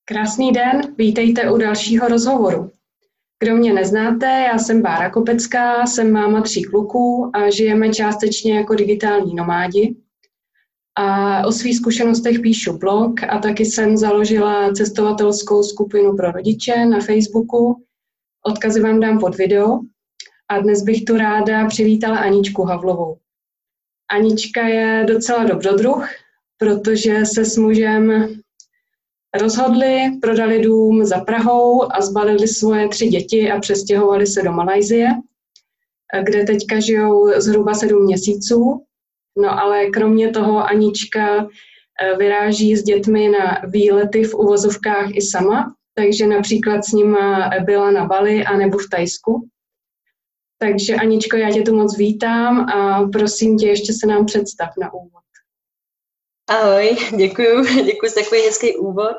Krásný den, vítejte u dalšího rozhovoru. Kdo mě neznáte, já jsem Bára Kopecká, jsem máma 3 kluků a žijeme částečně jako digitální nomádi. A o svých zkušenostech píšu blog a taky jsem založila cestovatelskou skupinu pro rodiče na Facebooku. Odkazy vám dám pod video a dnes bych tu ráda přivítala Aničku Havlovou. Anička je docela dobrodruh, protože se s mužem rozhodli, prodali dům za Prahou a zbalili svoje 3 děti a přestěhovali se do Malajsie, kde teďka žijou zhruba 7 měsíců. No ale kromě toho Anička vyráží s dětmi na výlety v uvozovkách i sama, takže například s nima byla na Bali a nebo v Thajsku. Takže Aničko, já tě tu moc vítám a prosím tě, ještě se nám představ na úvod. Ahoj, děkuju za takový hezký úvod.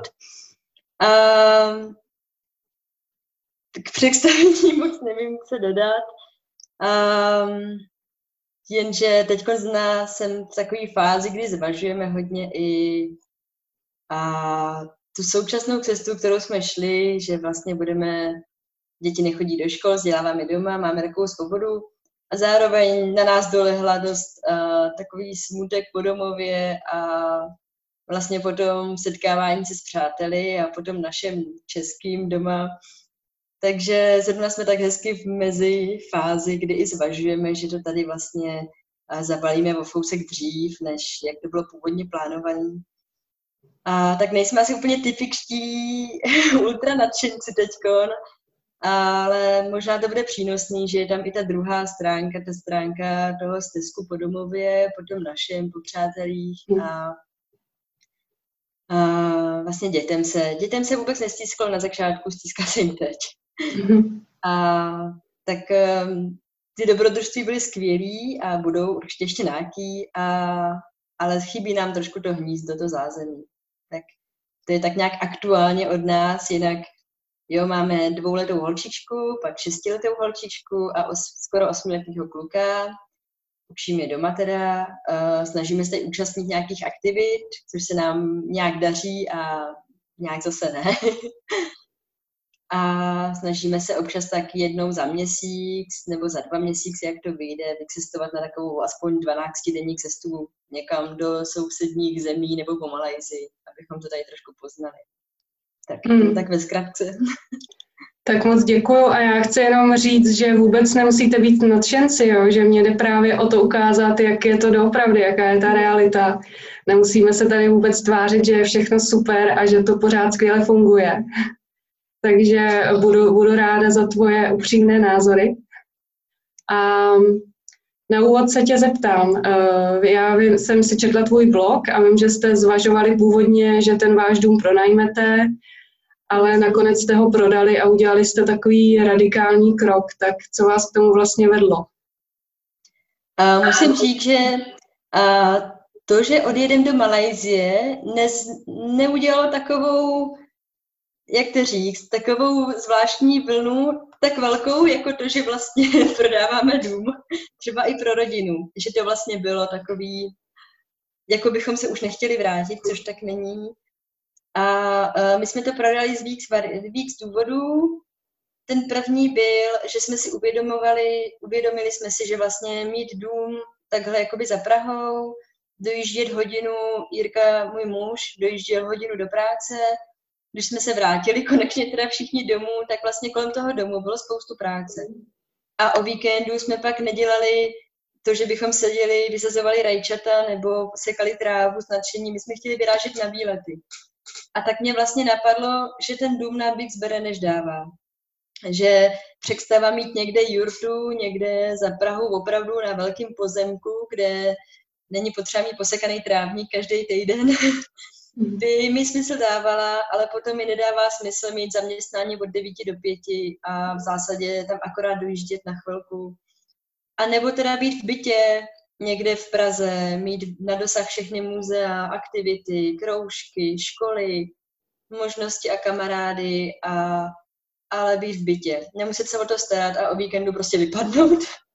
K představení moc nevím, co dodat. Jenže teď jsem v takové fázi, kdy zvažujeme hodně i tu současnou cestu, kterou jsme šli, že vlastně děti nechodí do škol, vzděláváme doma, máme takovou svobodu a zároveň na nás dolehla dost takový smutek po domově a vlastně potom setkávání se s přáteli a potom našem českým doma. Takže zrovna jsme tak hezky v mezi fázi, kdy i zvažujeme, že to tady vlastně zabalíme o fousek dřív, než jak to bylo původně plánované. A tak nejsme asi úplně typičtí ultra nadšenci teďkon, ale možná to bude přínosný, že je tam i ta druhá stránka, ta stránka toho stezku po domově, po tom našem, po přátelích a vlastně dětem se vůbec nestýskalo na začátku, stýská se jim teď. Tak ty dobrodružství byly skvělý a budou určitě ještě nějaký, ale chybí nám trošku to hnízdo, to zázemí. Tak to je tak nějak aktuálně od nás, jinak jo, máme 2letou holčičku, pak 6letou holčičku a skoro 8letého kluka. Učíme doma teda, snažíme se účastnit nějakých aktivit, což se nám nějak daří a nějak zase ne. A snažíme se občas tak jednou za měsíc nebo za 2 měsíce, jak to vyjde, vycestovat na takovou aspoň 12denní cestu někam do sousedních zemí nebo po Malajsii, abychom to tady trošku poznali. Tak ve zkratce. Tak moc děkuju a já chci jenom říct, že vůbec nemusíte být nadšenci, jo? Že mě jde právě o to ukázat, jak je to doopravdy, jaká je ta realita. Nemusíme se tady vůbec tvářit, že je všechno super a že to pořád skvěle funguje. Takže budu ráda za tvoje upřímné názory. A na úvod se tě zeptám. Já jsem si četla tvůj blog a vím, že jste zvažovali původně, že ten váš dům pronajmete, ale nakonec jste ho prodali a udělali jste takový radikální krok. Tak co vás k tomu vlastně vedlo? Musím říct, že to, že odjedeme do Malajsie, neudělalo takovou, jak to říct, takovou zvláštní vlnu, tak velkou, jako to, že vlastně prodáváme dům, třeba i pro rodinu. Že to vlastně bylo takový, jako bychom se už nechtěli vrátit, což tak není. A my jsme to prodali z víc důvodů. Ten první byl, že jsme si uvědomili jsme si, že vlastně mít dům takhle jakoby za Prahou, dojíždět hodinu, Jirka, můj muž, dojížděl hodinu do práce. Když jsme se vrátili konečně teda všichni domů, tak vlastně kolem toho domu bylo spoustu práce. A o víkendu jsme pak nedělali to, že bychom seděli, vysazovali rajčata nebo sekali trávu s nadšením. My jsme chtěli vyrážet na výlety. A tak mě vlastně napadlo, že ten dům nám víc bere, než dává. Že představa mít někde jurtu, někde za Prahou opravdu na velkém pozemku, kde není potřeba mít posekaný trávník každý týden, by mi smysl dávala, ale potom mi nedává smysl mít zaměstnání od 9 do 5 a v zásadě tam akorát dojíždět na chvilku. A nebo teda být v bytě někde v Praze, mít na dosah všechny muzea, aktivity, kroužky, školy, možnosti a kamarády, ale být v bytě. Nemuset se o to starat a o víkendu prostě vypadnout.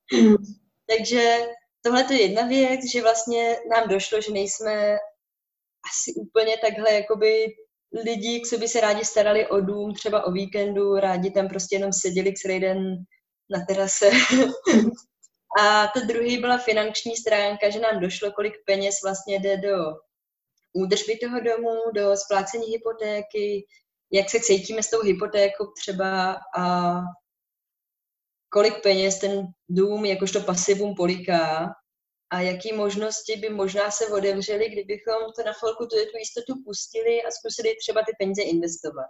Takže tohle je jedna věc, že vlastně nám došlo, že nejsme asi úplně takhle jakoby lidi, co by se rádi starali o dům, třeba o víkendu, rádi tam prostě jenom seděli celý den na terase. A to druhý byla finanční stránka, že nám došlo, kolik peněz vlastně jde do údržby toho domu, do splácení hypotéky, jak se cítíme s tou hypotékou třeba a kolik peněz ten dům jakožto pasivum poliká a jaký možnosti by možná se otevřely, kdybychom to na chvilku tu jistotu pustili a zkusili třeba ty peníze investovat.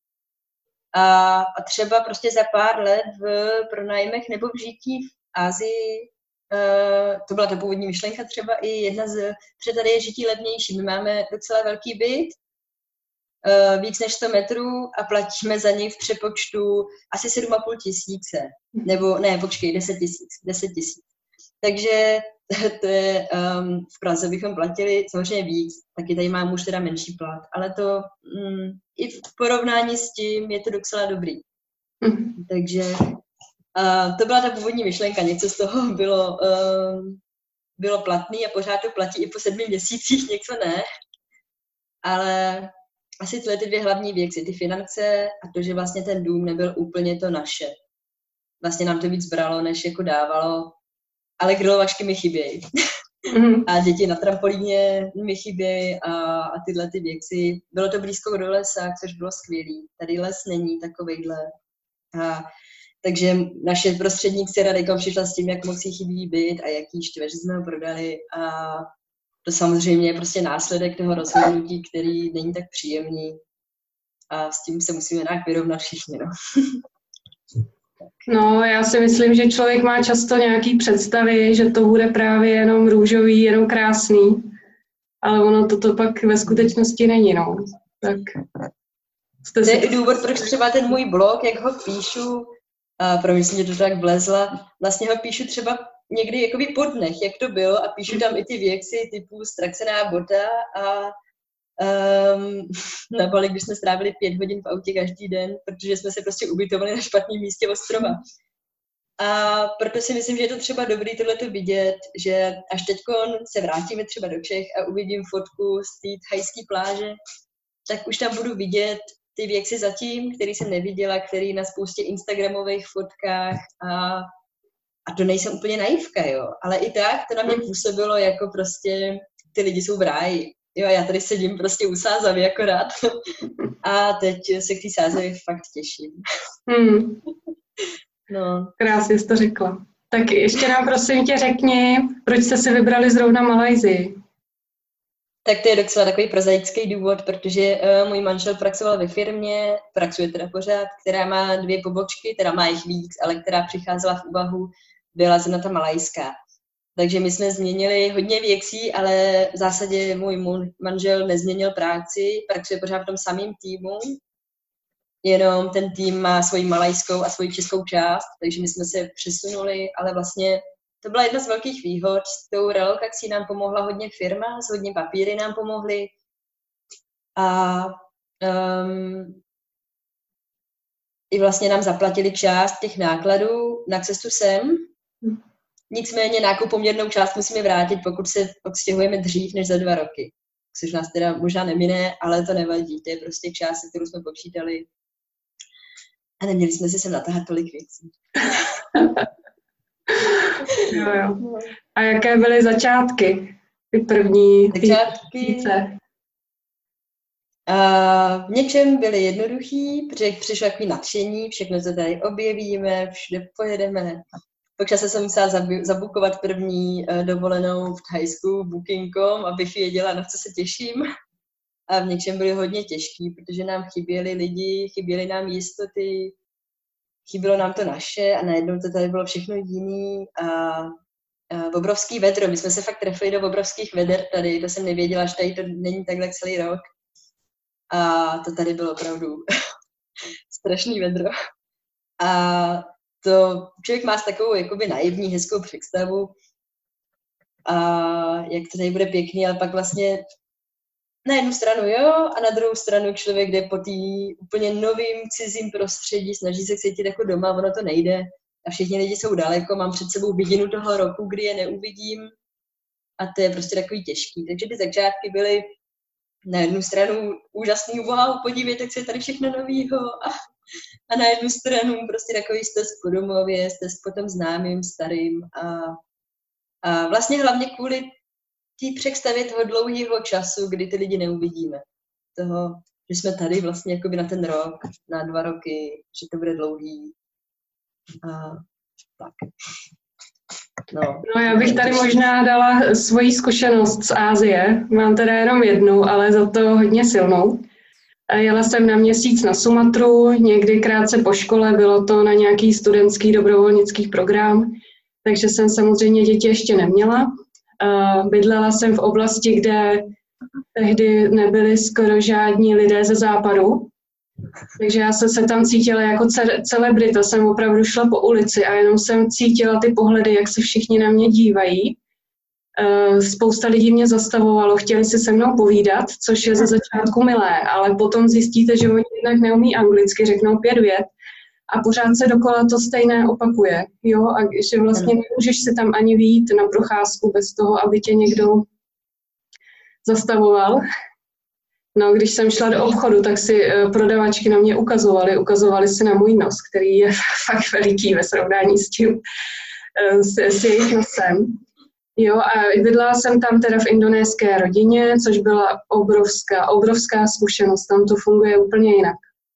A třeba prostě za pár let v pronájmech nebo v žití v Asii, to byla ta původní myšlenka třeba i jedna protože tady je žití levnější. My máme docela velký byt, víc než 100 metrů a platíme za něj v přepočtu asi 7,5 tisíce. Nebo ne, počkej, 10 tisíc. Takže to je, v Praze bychom platili samozřejmě víc, taky tady mám už teda menší plat, ale to i v porovnání s tím je to docela dobrý. Takže to byla ta původní myšlenka, něco z toho bylo platný a pořád to platí i po 7 měsících, něco ne, ale asi tyhle ty dvě hlavní věci, ty finance a to, že vlastně ten dům nebyl úplně to naše. Vlastně nám to víc bralo, než jako dávalo, ale grilovačky mi chybějí. A děti na trampolíně mi chybějí a tyhle ty věci. Bylo to blízko do lesa, což bylo skvělý. Tady les není takovejhle. Takže naše prostředník Radejka přišla s tím, jak moc jí chybí byt a jaký štve, že jsme ho prodali. A to samozřejmě je prostě následek toho rozhodnutí, který není tak příjemný. A s tím se musíme nějak vyrovnat všichni. No. No, já si myslím, že člověk má často nějaký představy, že to bude právě jenom růžový, jenom krásný, ale ono toto pak ve skutečnosti není, no. Tak to je i důvod, proč třeba ten můj blog, jak ho píšu, pro mě jsem to tak vlezla, vlastně ho píšu třeba někdy jakoby po dnech, jak to bylo a píšu tam i ty věci typu ztracená bota a na Bali, když jsme strávili 5 hodin v autě každý den, protože jsme se prostě ubytovali na špatném místě ostrova. A proto si myslím, že je to třeba dobrý tohleto vidět, že až teď se vrátíme třeba do Čech a uvidím fotku z té thajské pláže, tak už tam budu vidět ty věci zatím, které jsem neviděla, které na spoustě instagramových fotkách a to nejsem úplně naivka, jo. Ale i tak to na mě působilo jako prostě ty lidi jsou v ráji. Jo, já tady sedím prostě u Sázavy akorát. A teď se k té Sázavě fakt těším. No. Krásně jsi to řekla. Tak ještě nám prosím tě řekni, proč jste si vybrali zrovna Malajsii? Tak to je docela takový prozaický důvod, protože můj manžel pracoval ve firmě, pracuje teda pořád, která má 2 pobočky, teda má jich víc, ale která přicházela v úvahu, byla zrovna ta malajská. Takže my jsme změnili hodně věcí, ale v zásadě můj manžel nezměnil práci, pracuje pořád v tom samém týmu, jenom ten tým má svoji malajskou a svoji českou část, takže my jsme se přesunuli, ale vlastně to byla jedna z velkých výhod. S tou relokací nám pomohla hodně firma, s hodně papíry nám pomohly a i vlastně nám zaplatili část těch nákladů na cestu sem. Nicméně nějakou poměrnou část musíme vrátit, pokud se odstěhujeme dřív než za 2 roky. Což nás teda možná nemine, ale to nevadí. To je prostě část, kterou jsme počítali. A neměli jsme si sem natáhat tolik věcí. Jo. A jaké byly začátky? Ty první začátky? V něčem byly jednoduchý, protože přišlo takový nadšení, všechno se tady objevíme, všude pojedeme. Po čase jsem musela zabukovat první dovolenou v Thajsku Booking.com, abych věděla, na co se těším. A v něčem byly hodně těžký, protože nám chyběli lidi, chyběly nám jistoty, chybělo nám to naše a najednou to tady bylo všechno jiný a obrovský vedro. My jsme se fakt trefili do obrovských veder tady, to jsem nevěděla, že tady to není takhle celý rok. A to tady bylo opravdu strašný vedro. A to člověk má s takovou jakoby naivní, hezkou představu, a jak to tady bude pěkný, ale pak vlastně na jednu stranu jo, a na druhou stranu člověk jde po té úplně novým cizím prostředí, snaží se cítit jako doma, ono to nejde a všichni lidi jsou daleko, mám před sebou vidinu toho roku, kdy je neuvidím a to je prostě takový těžký. Takže ty začátky byly na jednu stranu úžasný, wow, podívejte, co je tady všechno novýho. A na jednu stranu prostě takový stres po domově, stres po tom známým, starým. A vlastně hlavně kvůli té představě toho dlouhého času, kdy ty lidi neuvidíme. Toho, že jsme tady vlastně jakoby na ten rok, na 2 roky, že to bude dlouhý. A tak. No, já bych tady možná dala svoji zkušenost z Asie. Mám teda jenom jednu, ale za to hodně silnou. Jela jsem na měsíc na Sumatru, někdy krátce po škole, bylo to na nějaký studentský dobrovolnický program, takže jsem samozřejmě děti ještě neměla. Bydlela jsem v oblasti, kde tehdy nebyli skoro žádní lidé ze západu, takže já jsem se tam cítila jako celebrita, jsem opravdu šla po ulici a jenom jsem cítila ty pohledy, jak se všichni na mě dívají. Spousta lidí mě zastavovalo, chtěli si se mnou povídat, což je ze začátku milé, ale potom zjistíte, že oni jednak neumí anglicky, řeknou 5 vět a pořád se dokola to stejné opakuje, jo, a že vlastně nemůžeš si tam ani vyjít na procházku bez toho, aby tě někdo zastavoval. No, když jsem šla do obchodu, tak si prodavačky na mě ukazovaly si na můj nos, který je fakt veliký ve srovnání s tím, s jejich nosem. Jo, a bydlela jsem tam teda v indonéské rodině, což byla obrovská zkušenost, tam to funguje úplně jinak.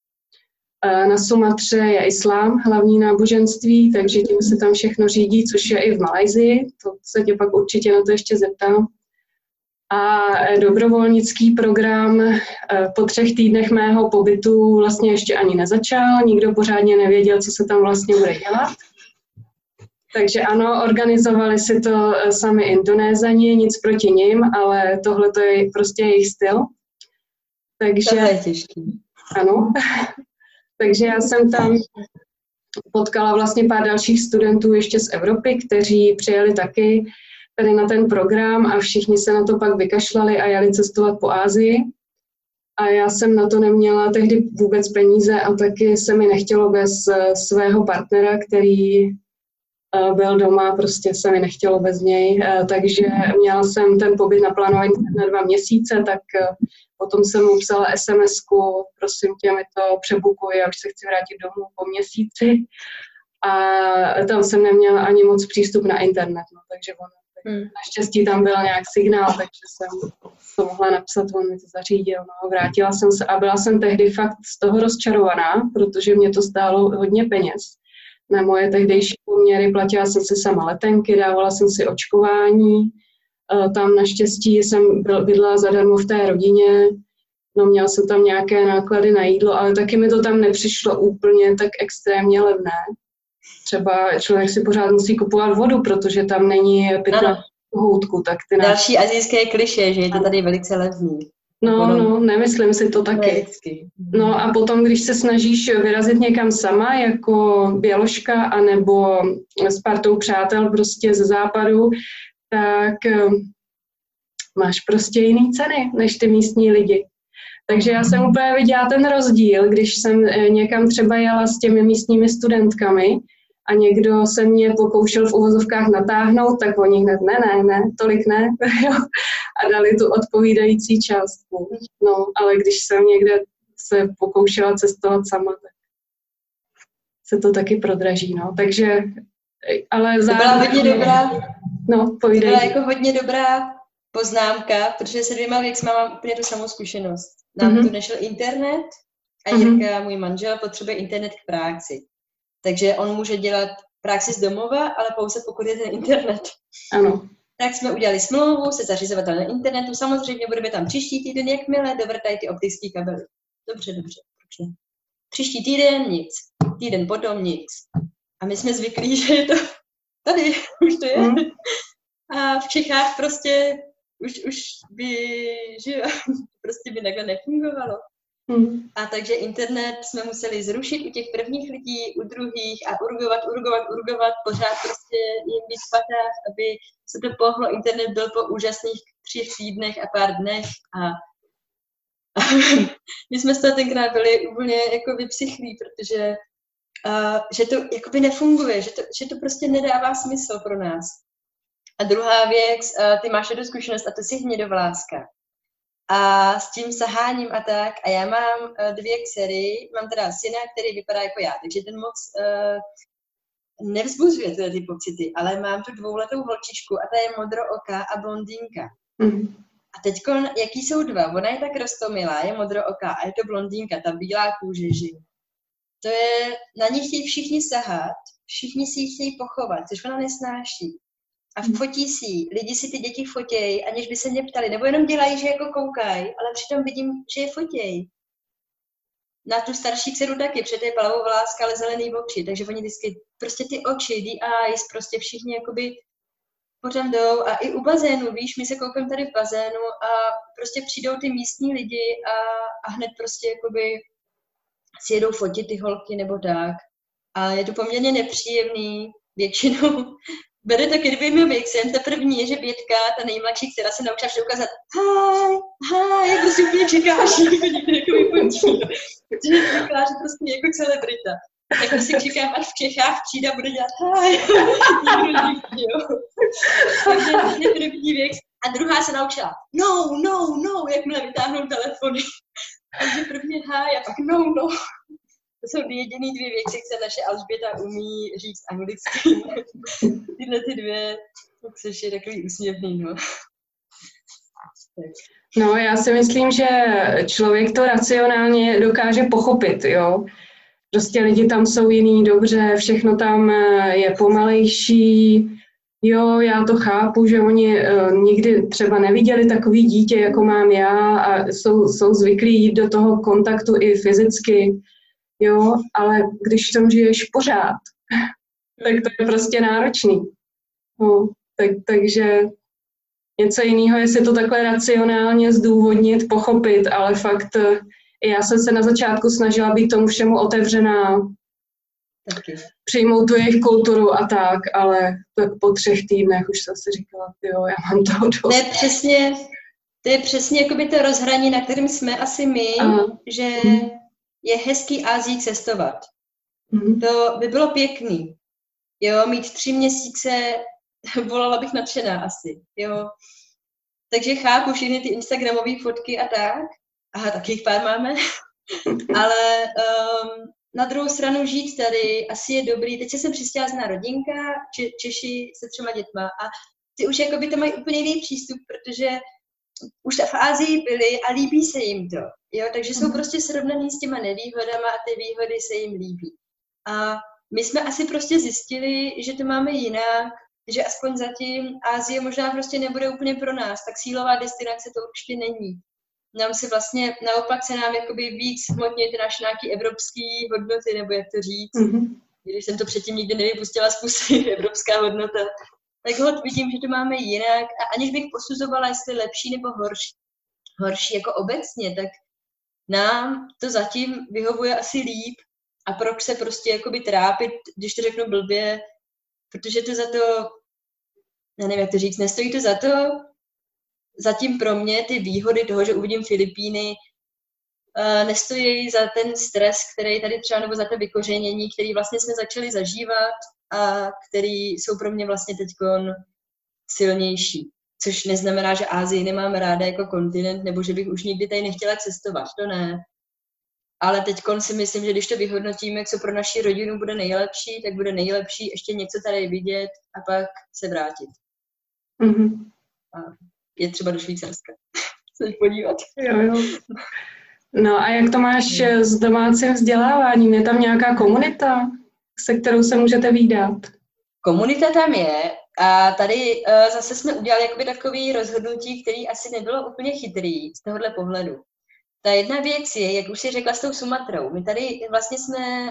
Na Sumatře je islám, hlavní náboženství, takže tím se tam všechno řídí, což je i v Malajsii, to se tě pak určitě na to ještě zeptám. A dobrovolnický program po 3 týdnech mého pobytu vlastně ještě ani nezačal, nikdo pořádně nevěděl, co se tam vlastně bude dělat. Takže ano, organizovali si to sami Indonézani, nic proti nim, ale tohle to je prostě jejich styl. Takže, to je těžký. Ano. Takže já jsem tam potkala vlastně pár dalších studentů ještě z Evropy, kteří přijeli taky tady na ten program a všichni se na to pak vykašlali a jeli cestovat po Asii. A já jsem na to neměla tehdy vůbec peníze a taky se mi nechtělo bez svého partnera, který byl doma, prostě se mi nechtělo bez něj, takže měla jsem ten pobyt naplánovaný na 2 měsíce, tak potom jsem mu psala SMS-ku, prosím tě, mi to přebukuj, já už se chci vrátit domů po měsíci. A tam jsem neměla ani moc přístup na internet, no, takže naštěstí tam byl nějak signál, takže jsem to mohla napsat, on mi to zařídil. No. Vrátila jsem se a byla jsem tehdy fakt z toho rozčarovaná, protože mě to stálo hodně peněz. Na moje tehdejší poměry platila jsem si sama letenky, dávala jsem si očkování, tam naštěstí jsem bydlela zadarmo v té rodině, no měla jsem tam nějaké náklady na jídlo, ale taky mi to tam nepřišlo úplně tak extrémně levné. Třeba člověk si pořád musí kupovat vodu, protože tam není pitná houtku. Tak ty další asijské klišé, že je to tady velice levný. No, nemyslím si to taky. No a potom, když se snažíš vyrazit někam sama, jako běložka, anebo s partou přátel prostě ze západu, tak máš prostě jiný ceny, než ty místní lidi. Takže já jsem úplně viděla ten rozdíl, když jsem někam třeba jela s těmi místními studentkami a někdo se mě pokoušel v uvozovkách natáhnout, tak oni hned ne, tolik ne, a dali tu odpovídající částku. No, ale když jsem někde se pokoušela cestovat sama, tak se to taky prodraží, no. Takže, ale to byla hodně dobrá, no, povídej. To byla jako hodně dobrá poznámka, protože se 2 věcmi mám úplně tu samou zkušenost. Nám tu nešel internet a Jirka, můj manžel, potřebuje internet k práci. Takže on může dělat praxi z domova, ale pouze pokud je ten internet. Ano. Tak jsme udělali smlouvu se zařizovatelem na internetu. Samozřejmě budeme tam příští týden, jakmile dovrtají ty optické kabely. Dobře, proč ne? Příští týden nic. Týden potom nic. A my jsme zvyklí, že je to tady, už to je. A v Čechách prostě už by, že prostě by takhle nefungovalo. A takže internet jsme museli zrušit u těch prvních lidí, u druhých a urgovat, pořád prostě jim být v patách, aby se to pohlo. Internet byl po úžasných 3 týdnech a pár dnech a my jsme z toho tenkrát byli úplně jako vypsychlí, protože že to jakoby nefunguje, že to prostě nedává smysl pro nás. A druhá věc, ty máš jednu zkušenost a to si hnědovláska. a s tím saháním a tak. A já mám 2 dcery, mám teda syna, který vypadá jako já, takže ten moc nevzbuzuje ty pocity, ale mám tu 2letou holčičku a ta je modrooká a blondýnka. A teďko, jaký jsou 2? Ona je tak roztomilá, je modrooká a je to blondýnka, ta bílá kůže, že? To je, na ní chtějí všichni sahat, všichni si ji chtějí pochovat, což ona nesnáší. A fotí si ji, lidi si ty děti fotějí, aniž by se mě ptali, nebo jenom dělají, že jako koukají, ale přitom vidím, že je fotějí. Na tu starší dceru taky, protože to je palavovláska, ale zelený oči, takže oni vždycky prostě ty oči, the eyes, prostě všichni jakoby pořád jdou a i u bazénu, víš, my se koupím tady v bazénu a prostě přijdou ty místní lidi a hned prostě jakoby si jedou fotit ty holky nebo tak. A je to poměrně nepříjemný, většinou. Bere to kdybym věksem, ta první je, že Bětka, ta nejmladší, která se naučila vše ukázat hi, jak prostě úplně čekáš, jako někde jako vykončí. Protože říkala, že prostě jako celebrita. Tak si čekám, až v Čechách přijde a bude dělat hi. Takže to je první věk. A druhá se naučila no, jakmile vytáhnou telefony. Takže prvně hi a pak no. To jsou jediný 2 věci, které naše Alžběta umí říct anglicky. Tyhle ty 2, což je takový úsměvný, no. No, já si myslím, že člověk to racionálně dokáže pochopit, jo. Prostě lidi tam jsou jiný, dobře, všechno tam je pomalejší. Jo, já to chápu, že oni nikdy třeba neviděli takový dítě, jako mám já a jsou zvyklí jít do toho kontaktu i fyzicky. Jo, ale když tam žiješ pořád, tak to je prostě náročný. No, takže něco jiného, jestli to takhle racionálně zdůvodnit, pochopit, ale fakt já jsem se na začátku snažila být tomu všemu otevřená, taky. Přijmout tu jejich kulturu a tak, ale tak po 3 týdnech už jsem si říkala, jo, já mám toho dost. To je přesně jakoby to rozhraní, na kterém jsme asi my, že je hezký Asii cestovat. To by bylo pěkný. Jo, mít 3 měsíce, volala bych nadšená asi. Jo. Takže chápu všechny ty instagramové fotky a tak. Aha, taky jich pár máme. Ale na druhou stranu žít tady asi je dobrý. Teď jsem přistěhovalá rodinka, Češi se 3 dětma a ty už jakoby to mají úplně jiný přístup, protože už v Asii byli a líbí se jim to. Jo? Takže jsou prostě srovnaný s těma nevýhodama a ty výhody se jim líbí. A my jsme asi prostě zjistili, že to máme jinak, že aspoň zatím Asie možná prostě nebude úplně pro nás, tak cílová destinace to určitě není. Nám se vlastně, naopak se nám jakoby víc hmotně ty naše nějaké evropské hodnoty, nebo jak to říct. Když jsem to předtím nikdy nevypustila z pusy, evropská hodnota. Tak hod vidím, že to máme jinak a aniž bych posuzovala, jestli lepší nebo horší jako obecně, tak nám to zatím vyhovuje asi líp a proč se prostě jakoby trápit, když to řeknu blbě, protože to za to, já nevím, jak to říct, nestojí to za to, zatím pro mě ty výhody toho, že uvidím Filipíny, nestojí za ten stres, který tady třeba, nebo za to vykořenění, který vlastně jsme začali zažívat a který jsou pro mě vlastně teďkon silnější. Což neznamená, že Asii nemám ráda jako kontinent, nebo že bych už nikdy tady nechtěla cestovat, to ne. Ale teďkon si myslím, že když to vyhodnotíme, co pro naši rodinu bude nejlepší, tak bude nejlepší ještě něco tady vidět a pak se vrátit. A je třeba do Švýcarska se podívat. Jo. No a jak to máš s domácím vzděláváním? Je tam nějaká komunita, se kterou se můžete vídat? Komunita tam je a tady zase jsme udělali jakoby takový rozhodnutí, který asi nebylo úplně chytrý z tohohle pohledu. Ta jedna věc je, jak už si řekla s tou Sumatrou, my tady vlastně jsme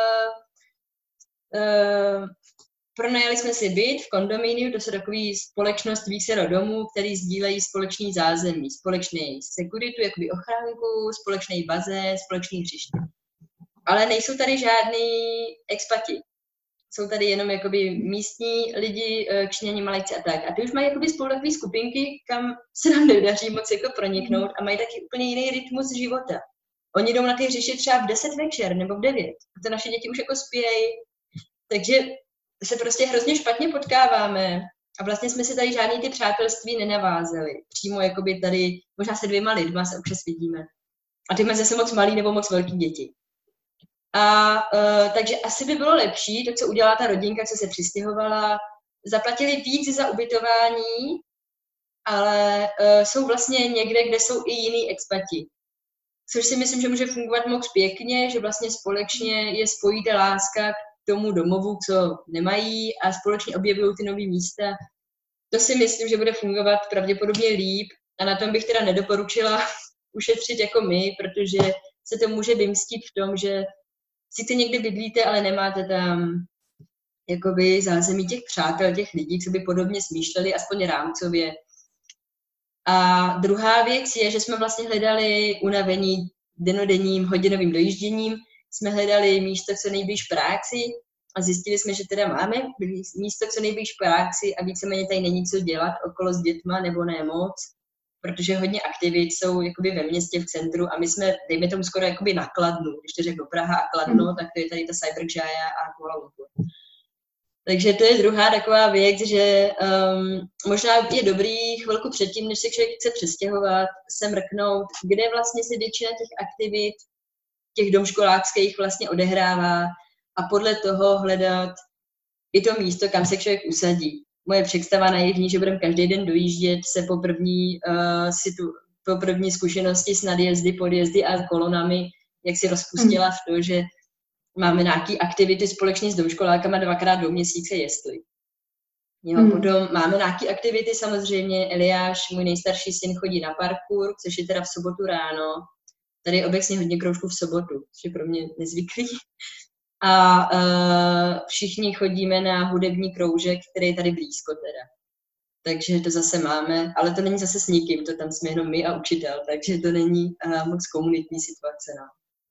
pronajali jsme si byt v kondominiu, to jsou takový společnost vícero domů, který sdílejí společný zázemí, společný sekuritu, jakoby ochránku, společný bazén, společný hřiště. Ale nejsou tady žádný expati. Jsou tady jenom jakoby místní lidi, Číňani, Malajci a tak. A ty už mají jakoby spolu takové skupinky, kam se nám nedaří moc jako proniknout a mají taky úplně jiný rytmus života. Oni jdou na ty hřiště třeba v 10 večer nebo v 9. A to naše děti už jako spějí. Takže se prostě hrozně špatně potkáváme. A vlastně jsme si tady žádný ty přátelství nenavázeli. Přímo jakoby tady, možná se 2 lidma se občas vidíme. A ty máme zase moc malý nebo moc velký děti. A takže asi by bylo lepší, to, co udělala ta rodinka, co se přistěhovala, zaplatili víc za ubytování, ale jsou vlastně někde, kde jsou i jiný expati. Což si myslím, že může fungovat moc pěkně, že vlastně společně je spojí ta láska k tomu domovu, co nemají a společně objevují ty nové místa. To si myslím, že bude fungovat pravděpodobně líp a na tom bych teda nedoporučila ušetřit jako my, protože se to může vymstit v tom, že sice někde bydlíte, ale nemáte tam jakoby zázemí těch přátel, těch lidí, co by podobně smýšleli, aspoň rámcově. A druhá věc je, že jsme vlastně hledali unavení denodenním hodinovým dojížděním, jsme hledali místo co nejblíž práci a zjistili jsme, že teda máme místo co nejblíž práci a víceméně tady není co dělat okolo s dětma nebo ne moc, protože hodně aktivit jsou jakoby ve městě v centru a my jsme, dejme tomu skoro jakoby na Kladnu, když to řeknu Praha a Kladno, tak to je tady ta Cyberjaya a Kuala Lumpur. Takže to je druhá taková věc, že možná je dobrý chvilku předtím, než se člověk chce přestěhovat, se mrknout, kde vlastně se většina těch aktivit, těch domškoláckých vlastně odehrává a podle toho hledat i to místo, kam se člověk usadí. Moje představa naivní, že budeme každý den dojíždět, se po první zkušenosti s nadjezdy, podjezdy a kolonami, jak si rozpustila v to, že máme nějaké aktivity společně s domškolákama 2krát do měsíce, jestli. Jo, potom máme nějaké aktivity, samozřejmě Eliáš, můj nejstarší syn, chodí na parkour, což je teda v sobotu ráno. Tady je obecně hodně kroužků v sobotu, což je pro mě nezvyklý. A všichni chodíme na hudební kroužek, který je tady blízko teda. Takže to zase máme, ale to není zase s nikým, to tam jsme jenom my a učitel, takže to není moc komunitní situace. No.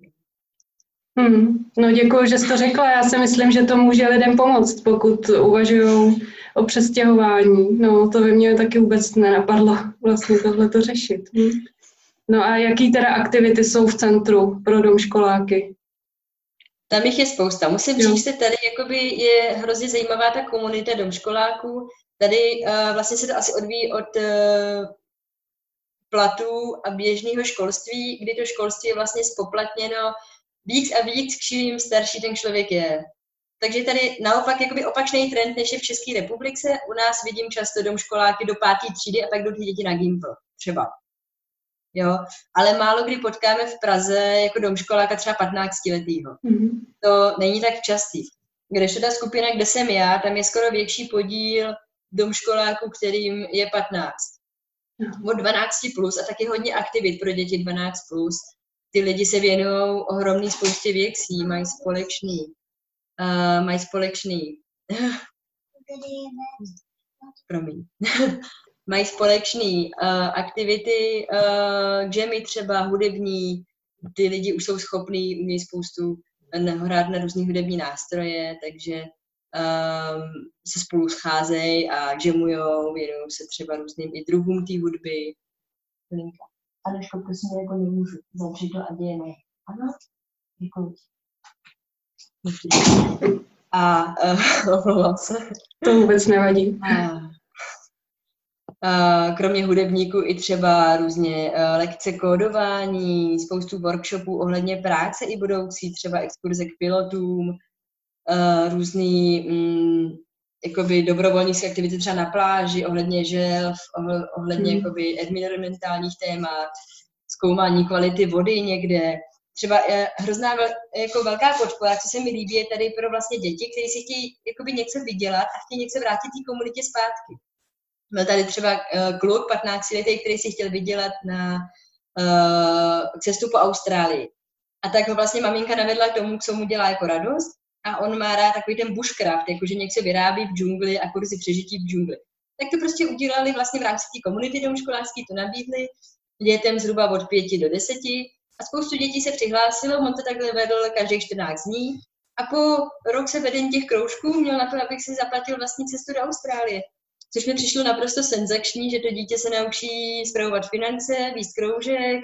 No děkuji, že jsi to řekla. Já si myslím, že to může lidem pomoct, pokud uvažují o přestěhování. No to by mě taky vůbec nenapadlo vlastně tohleto řešit. No a jaký teda aktivity jsou v centru pro domškoláky? Tam jich je spousta. Musím říct, že tady jakoby je hrozně zajímavá ta komunita domškoláků. Tady vlastně se to asi odvíjí od platů a běžného školství, kdy to školství je vlastně spoplatněno víc a víc, čím starší ten člověk je. Takže tady naopak jakoby opačný trend, než je v České republice. U nás vidím často domškoláky do 5. třídy a pak jdou ty děti na Gimpl, třeba. Jo, ale málo kdy potkáme v Praze jako domškoláka třeba 15letýho. To není tak častý. Když ta skupina, kde jsem já, tam je skoro větší podíl domškoláků, kterým je 15. Od 12 plus a taky hodně aktivit pro děti 12 plus. Ty lidi se věnují ohromný spoustě věcí, mají společný. Promiň. Mají společné aktivity, džemy třeba, hudební, ty lidi už jsou schopní, umějí spoustu hrát na různý hudební nástroje, takže se spolu scházejí a džemujou, věnují se třeba různým i druhům té hudby. Aneško, prosím, jako nemůžu zavřít to a dějeme. Ano? Děkuji. A omlouvám se. To vůbec nevadí. Kromě hudebníků i třeba různě lekce kódování, spoustu workshopů ohledně práce i budoucí, třeba exkurze k pilotům, různý jakoby dobrovolnické aktivity třeba na pláži, ohledně želv, ohledně jakoby environmentálních témat, zkoumání kvality vody někde. Třeba hrozná jako velká podpora, co se mi líbí, je tady pro vlastně děti, kteří si chtějí jakoby něco vydělat a chtějí něco vrátit té komunitě zpátky. Byl tady třeba kluk 15letý, který si chtěl vydělat na cestu po Austrálii. A tak ho vlastně maminka navedla k tomu, co mu dělá jako radost. A on má rád takový ten bushcraft, jakože něco vyrábí v džungli a kurzy přežití v džungli. Tak to prostě udělali vlastně v rámci té komunity domškolářské, to nabídli dětem zhruba od 5 do 10 a spoustu dětí se přihlásilo, on to takhle vedl každých 14 dní a po rok se vedení těch kroužků měl na to, abych si zaplatil vlastní cestu do Austrálie. Což mi přišlo naprosto senzační, že to dítě se naučí spravovat finance, víc kroužek,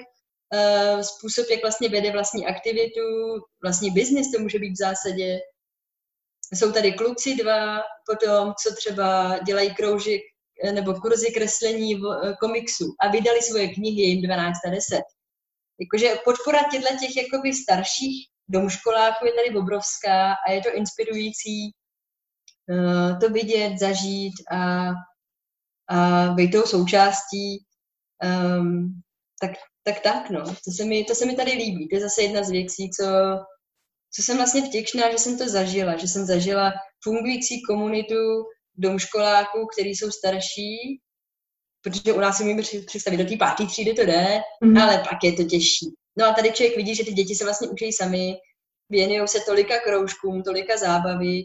způsob, jak vlastně vede vlastní aktivitu, vlastní biznis to může být v zásadě. Jsou tady kluci 2, potom, co třeba dělají kroužek nebo kurzy kreslení komiksu a vydali svoje knihy, je jim 12 a 10. Jakože podpora těch jakoby starších domškoláků je tady obrovská a je to inspirující to vidět, zažít a být tou součástí. Tak, no. To se mi tady líbí. To je zase jedna z věcí, co jsem vlastně vděčná, že jsem to zažila. Že jsem zažila fungující komunitu domškoláků, kteří jsou starší, protože u nás si můžeme představit, do té 5. třídy to jde, ale pak je to těžší. No a tady člověk vidí, že ty děti se vlastně učí sami, věnují se tolika kroužkům, tolika zábavy,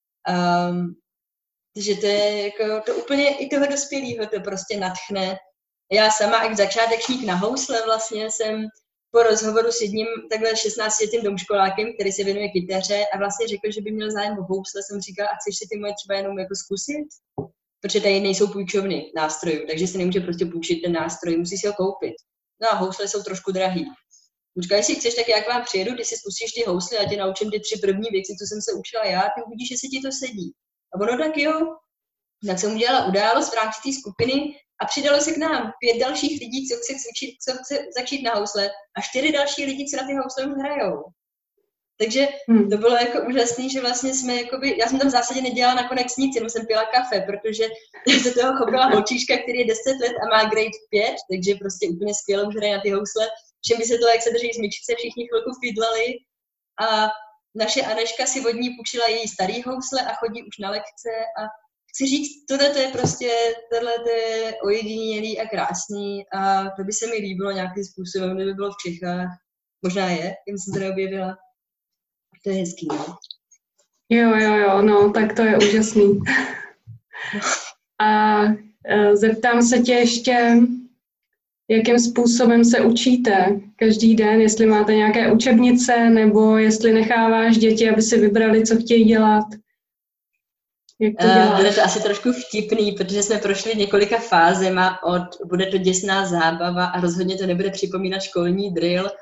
že to je jako, to úplně i toho dospělého to prostě nadchne. Já sama, jak začátečník na housle vlastně jsem po rozhovoru s jedním takhle 16letým domškolákem, který se věnuje kytaře a vlastně řekl, že by měl zájem o housle, jsem říkala, a chceš si ty moje třeba jenom jako zkusit? Protože tady nejsou půjčovny nástrojů, takže si nemůže prostě půjčit ten nástroj, musí si ho koupit. No a housle jsou trošku drahý. Říkala, jestli chceš, tak já k vám přijedu, když si spustíš ty housle a tě naučím ty 3 první věci, co jsem se učila já, ty uvidíš, jestli ti to sedí. A ono tak jo. Tak jsem udělala událost v rámci té skupiny a přidalo se k nám 5 dalších lidí, co chce začít na housle a 4 další lidi, co na ty housle už hrajou. Takže to bylo jako úžasný, že vlastně jsme jakoby, já jsem tam v zásadě nedělala nakonec nic, jenom jsem pila kafe, protože se toho chopila holčička, který je 10 let a má grade 5, takže prostě úplně skvěle už hraje na ty housle. Všem by se to, jak se drží smyčce, všichni chvilku fidlali a naše Aneška si od ní půjčila její starý housle a chodí už na lekce a chci říct, tohle je prostě, tohle je ojedinělý a krásný a to by se mi líbilo nějakým způsobem, kdyby bylo v Čechách. Možná je, jen jsem to neobjevila. To je hezký, no. Jo, no, tak to je úžasný. A zeptám se tě ještě, jakým způsobem se učíte každý den, jestli máte nějaké učebnice, nebo jestli necháváš děti, aby si vybrali, co chtějí dělat. Jak to děláš? Bude to asi trošku vtipný, protože jsme prošli několika fázema bude to děsná zábava a rozhodně to nebude připomínat školní drill.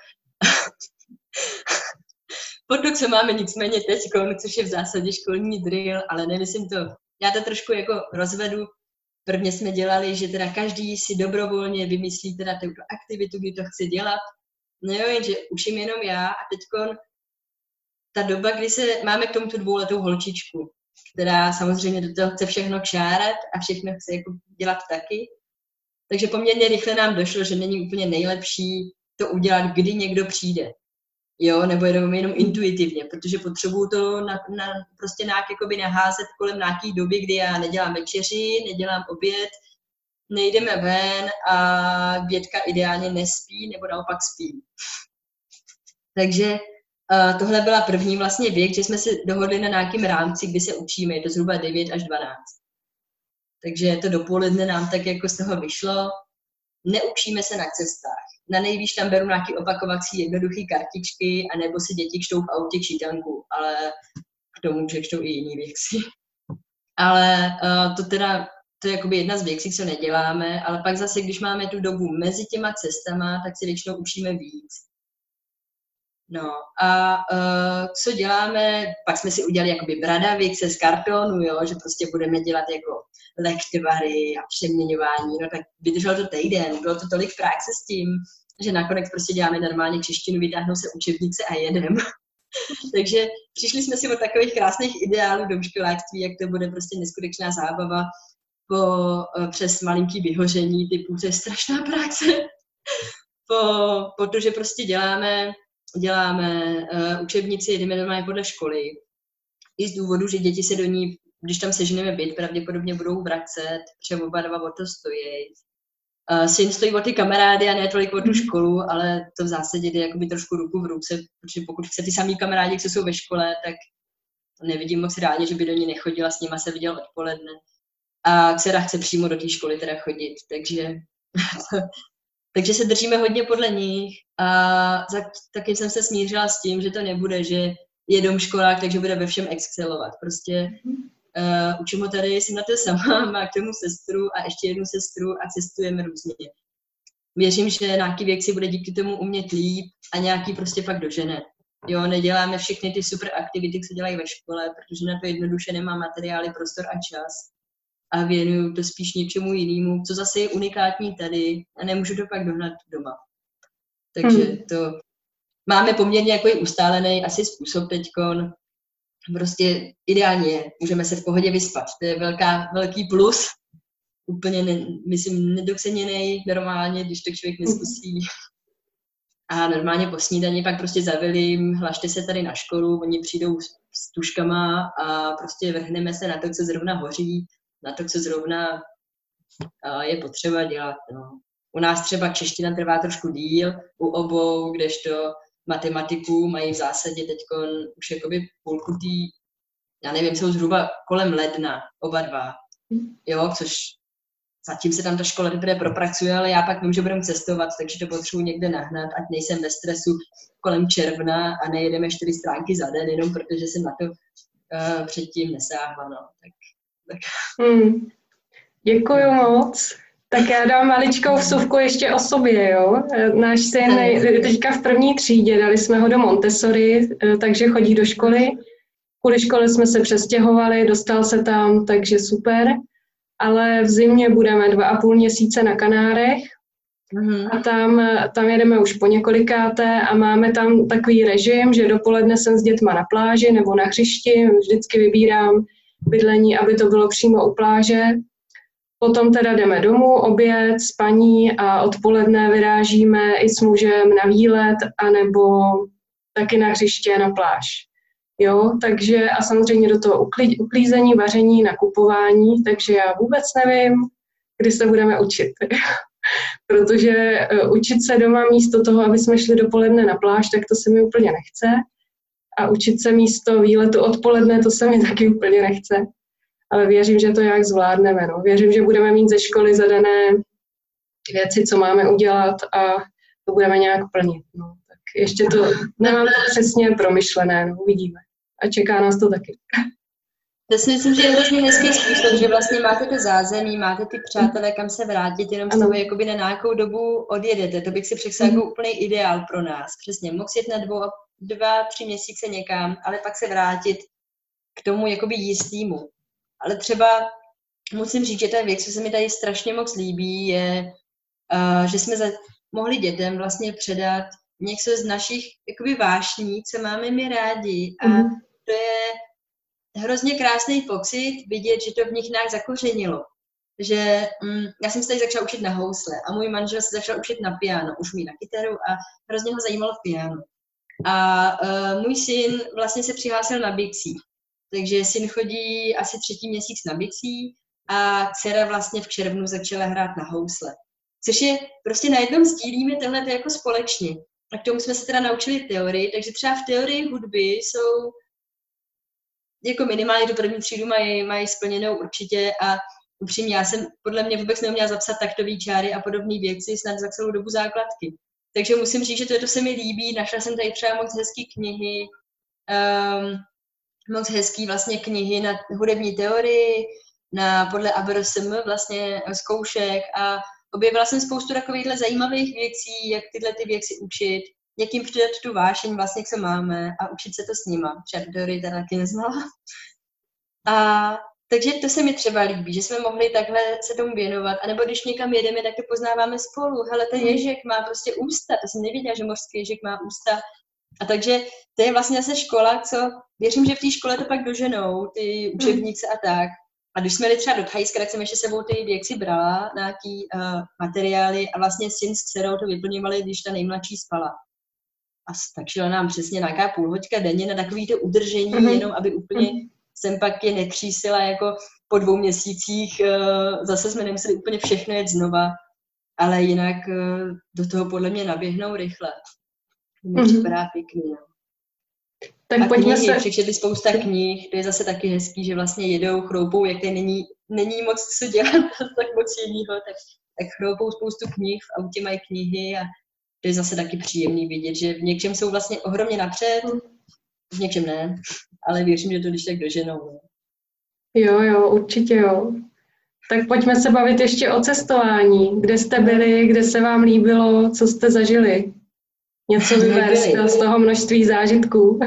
Potom, co máme nicméně teď, což je v zásadě školní drill, ale nemyslím to, já to trošku jako rozvedu. Prvně jsme dělali, že teda každý si dobrovolně vymyslí teda tu aktivitu, kdy to chce dělat. No jo, jenže učím jenom já a teďkon ta doba, kdy máme k tomu tu 2letou holčičku, která samozřejmě do toho chce všechno kšárat a všechno chce jako dělat taky. Takže poměrně rychle nám došlo, že není úplně nejlepší to udělat, kdy někdo přijde. Jo, nebo jenom intuitivně, protože potřebuju to prostě nějak jakoby naházet kolem nějaký doby, kdy já nedělám večeři, nedělám oběd, nejdeme ven a Bětka ideálně nespí, nebo naopak spí. Takže tohle byla první vlastně věk, že jsme se dohodli na nějakém rámci, kdy se učíme, je to zhruba 9 až 12. Takže to dopoledne nám tak jako z toho vyšlo. Neučíme se na cestách. Na nejvíc tam beru nějaké opakovací jednoduché kartičky, anebo si děti čtou v autě čítanku, ale k tomu, že čtou i jiné věci. Ale to je jakoby jedna z věcí, co neděláme, ale pak zase, když máme tu dobu mezi těma cestama, tak si většinou učíme víc. No a co děláme, pak jsme si udělali jakoby bradavice z kartonu, jo, že prostě budeme dělat jako lektvary a přeměňování, no tak vydržel to týden, bylo to tolik práce s tím, že nakonec prostě děláme normálně češtinu, vytáhnou se učebnice a jedem. Takže přišli jsme si od takových krásných ideálů domškoláctví, jak to bude prostě neskutečná zábava přes malinký vyhoření typu, to je strašná práce, protože prostě děláme učebnici, jedeme normálně podle školy. I z důvodu, že děti se do ní, když tam seženeme byt, pravděpodobně budou vracet, protože oba dva o to stojí. Syn stojí o ty kamarády a ne tolik o tu školu, ale to v zásadě jde jakoby trošku ruku v ruce, protože pokud chce ty samý kamarádi, co jsou ve škole, tak nevidím moc rádi, že by do ní nechodila, s nima se viděl odpoledne. A dcera chce přímo do té školy teda chodit, takže se držíme hodně podle nich a taky jsem se smířila s tím, že to nebude, že je domškolák, takže bude ve všem excelovat. Prostě učím ho tady, jsem na to sama, má k tomu sestru a ještě jednu sestru a cestujeme různě. Věřím, že nějaký věci bude díky tomu umět líp a nějaký prostě pak dožene. Jo, neděláme všechny ty super aktivity, co dělají ve škole, protože na to jednoduše nemá materiály, prostor a čas. A věnuju to spíš něčemu jinému, co zase je unikátní tady a nemůžu to pak dohnat doma. Takže to máme poměrně jako ustálený asi způsob teďkon. Prostě ideálně je, můžeme se v pohodě vyspat. To je velký plus. Úplně, myslím, nedoceněný normálně, když to člověk neskusí. A normálně po snídani pak prostě zavelím, hlašte se tady na školu, oni přijdou s tužkama a prostě vrhneme se na to, co zrovna hoří, na to, co zrovna je potřeba dělat. No. U nás třeba čeština trvá trošku díl, u obou, kdežto matematiku mají v zásadě teďkon už jakoby půlku tý, já nevím, jsou zhruba kolem ledna, oba dva. Jo, což zatím se tam ta škola teprve propracuje, ale já pak vím, že budeme cestovat, takže to potřebuji někde nahnat, ať nejsem ve stresu kolem června a nejedeme 4 stránky za den, jenom protože jsem na to předtím nesáhla. No. Tak. Děkuju moc. Tak já dám maličkou vsuvku ještě o sobě, jo. Náš syn je teďka v 1. třídě, dali jsme ho do Montessori, takže chodí do školy. Kvůli škole jsme se přestěhovali, dostal se tam, takže super. Ale v zimě budeme 2,5 měsíce na Kanárech a tam jedeme už po několikáté a máme tam takový režim, že dopoledne jsem s dětma na pláži nebo na hřišti, vždycky vybírám bydlení, aby to bylo přímo u pláže. Potom teda jdeme domů, oběd, spaní a odpoledne vyrážíme i s mužem na výlet anebo taky na hřiště, na pláž. Jo, takže a samozřejmě do toho uklízení, vaření, nakupování, takže já vůbec nevím, kdy se budeme učit. Protože učit se doma místo toho, aby jsme šli dopoledne na pláž, tak to se mi úplně nechce. A učit se místo výletu odpoledne, to se mi taky úplně nechce. Ale věřím, že to nějak zvládneme. No. Věřím, že budeme mít ze školy zadané věci, co máme udělat a to budeme nějak plnit. No. Tak ještě to nemám to přesně promyšlené, no, uvidíme. A čeká nás to taky. To si myslím, že je hrozně hezký způsob, že vlastně máte to zázemí, máte ty přátelé, kam se vrátit, jenom s toho jakoby na nějakou dobu odjedete. To bych si představil jako úplný ideál pro nás. Přesně, mohl jít na 2-3 měsíce někam, ale pak se vrátit k tomu jakoby jistýmu. Ale třeba musím říct, že ta věc, co se mi tady strašně moc líbí, je, že jsme mohli dětem vlastně předat něco z našich jakoby vášní, co máme my rádi. A to je hrozně krásný pocit vidět, že to v nich nějak zakořenilo. Že já jsem se tady začala učit na housle a můj manžel se začal učit na piano, už umí na kytaru a hrozně ho zajímalo piano. A můj syn vlastně se přihlásil na bicí. Takže syn chodí asi 3. měsíc na bicí a dcera vlastně v červnu začala hrát na housle. Což je, prostě najednou sdílíme tohle jako společně. A k tomu jsme se teda naučili teorii, takže třeba v teorii hudby jsou, jako minimálně tu 1. třídu mají splněnou určitě a upřímně, já jsem podle mě vůbec neuměla zapsat taktový čáry a podobné věci snad za celou dobu základky. Takže musím říct, že to se mi líbí, našla jsem tady třeba moc hezký knihy, moc hezký vlastně knihy na hudební teorii, podle ABRSM vlastně zkoušek a objevila jsem spoustu takovýchhle zajímavých věcí, jak tyhle ty věci učit, někým přidat tu vášeň vlastně, co máme a učit se to s nima. Třeba teorii teda taky neznala. A takže to se mi třeba líbí, že jsme mohli takhle se tomu věnovat. A nebo když někam jedeme, tak to poznáváme spolu. Hele, ten ježek má prostě ústa. To jsem nevěděla, že mořský ježek má ústa. A takže to je vlastně zase škola, co věřím, že v té škole to pak doženou, ty učebnice a tak. A když jsme jeli třeba do Thajska, tak jsem ještě sebou ty věci brala, nějaký materiály a vlastně syn s dcerou to vyplňovali, když ta nejmladší spala. A stačilo nám přesně nějaká půlhoďka denně na takový to udržení, jenom aby úplně jsem pak je netřísila jako po 2 měsících. Zase jsme nemuseli úplně všechno jet znova, ale jinak do toho podle mě naběhnou rychle. To mi připadá pěkný. No. Tak a pojďme knihy, se... přečetli spousta knih, to je zase taky hezký, že vlastně jedou, chroupou, jak tady není moc co dělat, tak moc jinýho, tak chroupou spoustu knih, v autě mají knihy a to je zase taky příjemný vidět, že v něčem jsou vlastně ohromně napřed, v něčem ne, ale věřím, že to když tak doženou. No. Jo, určitě jo. Tak pojďme se bavit ještě o cestování. Kde jste byli, kde se vám líbilo, co jste zažili? něco vyvést z toho množství zážitků.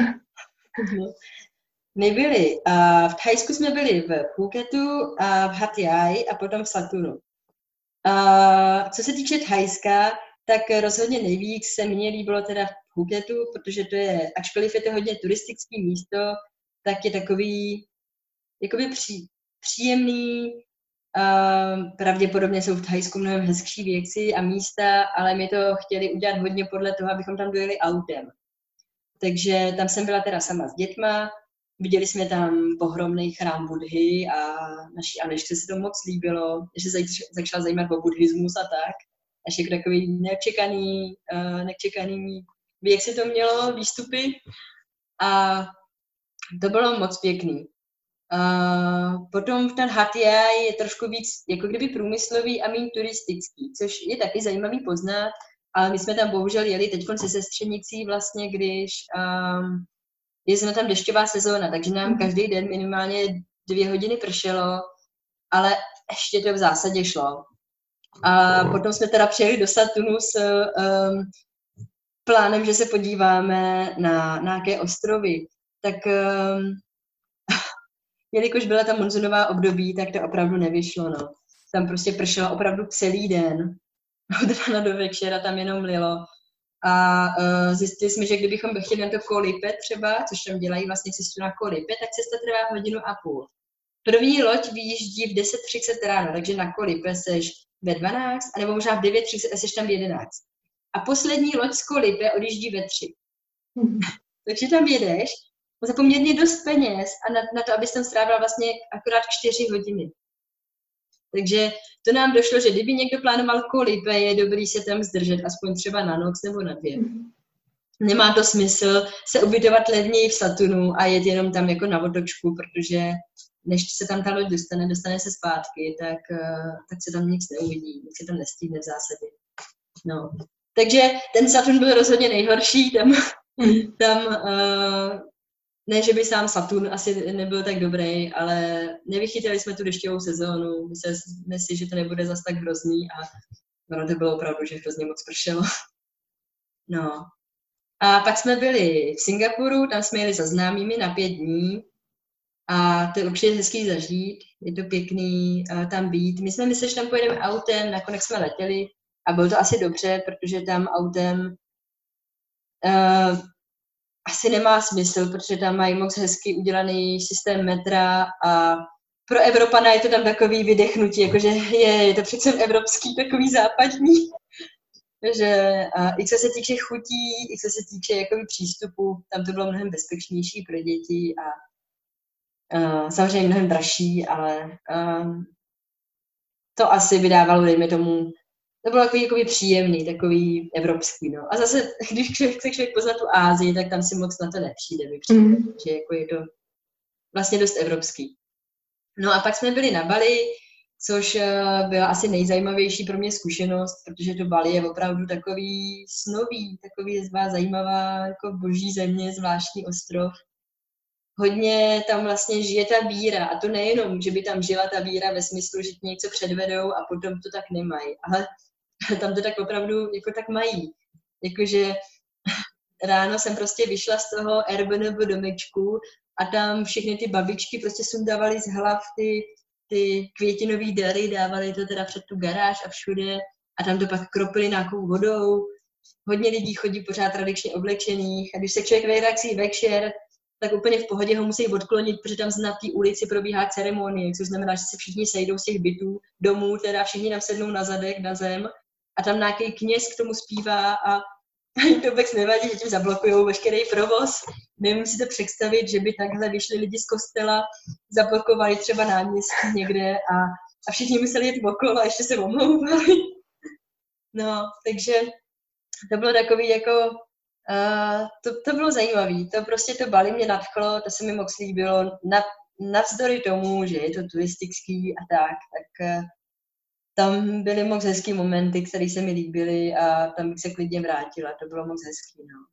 My byli, v Thajsku jsme byli v Phuketu, v Hat Yai a potom v Satunu. Co se týče Thajska, tak rozhodně nejvíc se mně líbilo teda v Phuketu, protože to je, ačkoliv je to hodně turistické místo, tak je takový jakoby příjemný. Pravděpodobně jsou v Thajsku mnohem hezčí věci a místa, ale my to chtěli udělat hodně podle toho, abychom tam dojeli autem. Takže tam jsem byla teda sama s dětma, viděli jsme tam ohromný chrám Budhy a naší Anešce se to moc líbilo, že se začala zajímat o buddhismus a tak. Až jako takový nečekaný, jak se to mělo, výstupy. A to bylo moc pěkný. Potom ten Hat Yai je trošku víc jako kdyby průmyslový a méně turistický, což je taky zajímavý poznat, ale my jsme tam bohužel jeli teď se sestřenicí vlastně, když je tam dešťová sezóna, takže nám každý den minimálně 2 hodiny pršelo, ale ještě to v zásadě šlo. A potom jsme teda přijeli do Satunu s plánem, že se podíváme na nějaké ostrovy. Tak jelikož byla ta monzunová období, tak to opravdu nevyšlo. No. Tam prostě pršelo opravdu celý den. Od rána do večera tam jenom lilo. A zjistili jsme, že kdybychom chtěli na to Koh Lipe třeba, což tam dělají vlastně cestu na Koh Lipe, tak cesta trvá 1,5 hodiny. První loď vyjíždí v 10:30 ráno, takže na Koh Lipe seš ve 12, anebo možná v 9:30 a seš tam v 11. A poslední loď z Koh Lipe odjíždí ve 3. Takže tam jedeš za poměrně dost peněz a na to, abys tam strávila vlastně akorát 4 hodiny. Takže to nám došlo, že kdyby někdo plánoval Koh Lipe, je dobrý se tam zdržet aspoň třeba na noc nebo na 2. Nemá to smysl se ubytovat levněji v Satunu a jet jenom tam jako na otočku, protože než se tam ta loď dostane se zpátky, tak se tam nic neuvidí, nic se tam nestihne v zásadě. No. Takže ten Satun byl rozhodně nejhorší, tam ne, že by sám Satun asi nebyl tak dobrý, ale nevychytali jsme tu dešťovou sezónu, mysleli si, že to nebude zas tak hrozný a ono to bylo opravdu, že hrozně moc pršelo. No. A pak jsme byli v Singapuru, tam jsme jeli za známými na 5 dní a to je určitě hezký zažít, je to pěkný tam být. My jsme mysleli, že tam pojedeme autem, nakonec jsme letěli a bylo to asi dobře, protože tam autem asi nemá smysl, protože tam mají moc hezky udělaný systém metra a pro Evropana je to tam takový vydechnutí, jakože je to přece evropský, takový západní. Takže i co se týče chutí, i co se týče jakoby přístupu, tam to bylo mnohem bezpečnější pro děti a samozřejmě mnohem dražší, ale to asi vydávalo, dejme tomu, to bylo takový příjemný, takový evropský, no. A zase, když chce člověk poznat tu Ázii, tak tam si moc na to nepřijde, že jako je to vlastně dost evropský. No a pak jsme byli na Bali, což byla asi nejzajímavější pro mě zkušenost, protože to Bali je opravdu takový snový, takový zajímavá jako boží země, zvláštní ostrov. Hodně tam vlastně žije ta víra a to nejenom, že by tam žila ta víra ve smyslu, že ti něco předvedou a potom to tak nemají, ale tam to tak opravdu jako tak mají. Jakože ráno jsem prostě vyšla z toho Airbnb domečku a tam všechny ty babičky prostě sundávaly z hlav ty květinový dary, dávali to teda před tu garáž a všude a tam to pak kropili nějakou vodou. Hodně lidí chodí pořád tradičně oblečených a když se člověk vyrací večer, tak úplně v pohodě ho musí odklonit, protože tam na té ulici probíhá ceremonie, což znamená, že se všichni sejdou z těch bytů, domů, teda všichni tam sednou na zadek, na zem a tam nějaký kněz k tomu zpívá a jim to vůbec nevadí, že tím zablokujou veškerý provoz. Nevím si to představit, že by takhle vyšli lidi z kostela, zablokovali třeba náměstí někde a všichni museli jít okolo a ještě se omlouvali. No, takže to bylo takový jako, to bylo zajímavé. To prostě to Bali mě nadchlo, to se mi moc líbilo. Navzdory tomu, že je to turistický a tak tam byly moc hezký momenty, které se mi líbily a tam bych se klidně vrátila. To bylo moc hezký, no.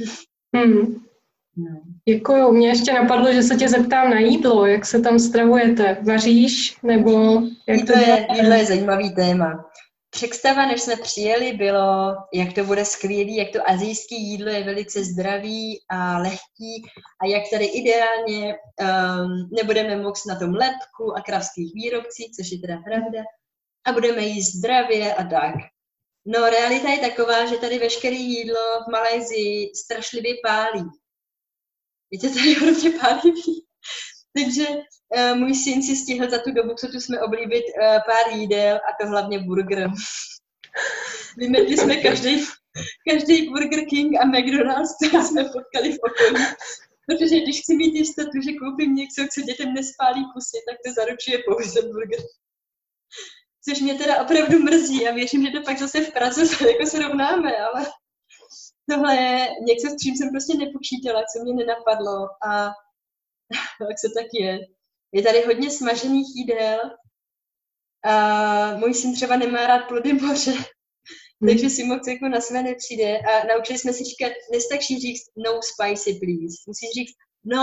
No. Děkuju. Mě ještě napadlo, že se tě zeptám na jídlo. Jak se tam stravujete? Vaříš? Nebo jak jídlo je zajímavý téma. představa, než jsme přijeli, bylo, jak to bude skvělý, jak to asijské jídlo je velice zdravý a lehký a jak tady ideálně nebudeme moc na tom lepku a kravských výrobcích, což je teda pravda, a budeme jíst zdravě a tak. No, realita je taková, že tady veškeré jídlo v Malajsii strašlivě pálí. Víte, tady hodně pálivý. Takže můj syn si stihl za tu dobu, co tu jsme oblíbit, pár jídel a to hlavně burger. Vymetli jsme každý Burger King a McDonald's, který jsme potkali v okolí. Protože když chci mít jistotu, že koupím něco, co dětem nespálí pusy, tak to zaručuje pouze burger. Což mě teda opravdu mrzí a věřím, že to pak zase v Praze jako srovnáme, ale tohle je něco, s čím jsem prostě nepočítala, co mě nenapadlo a tak se tak je. Je tady hodně smažených jídel a můj syn třeba nemá rád plody moře, takže si moc jako na své nepřijde a naučili jsme si říkat, nestačí říct no spicy please, musíš říct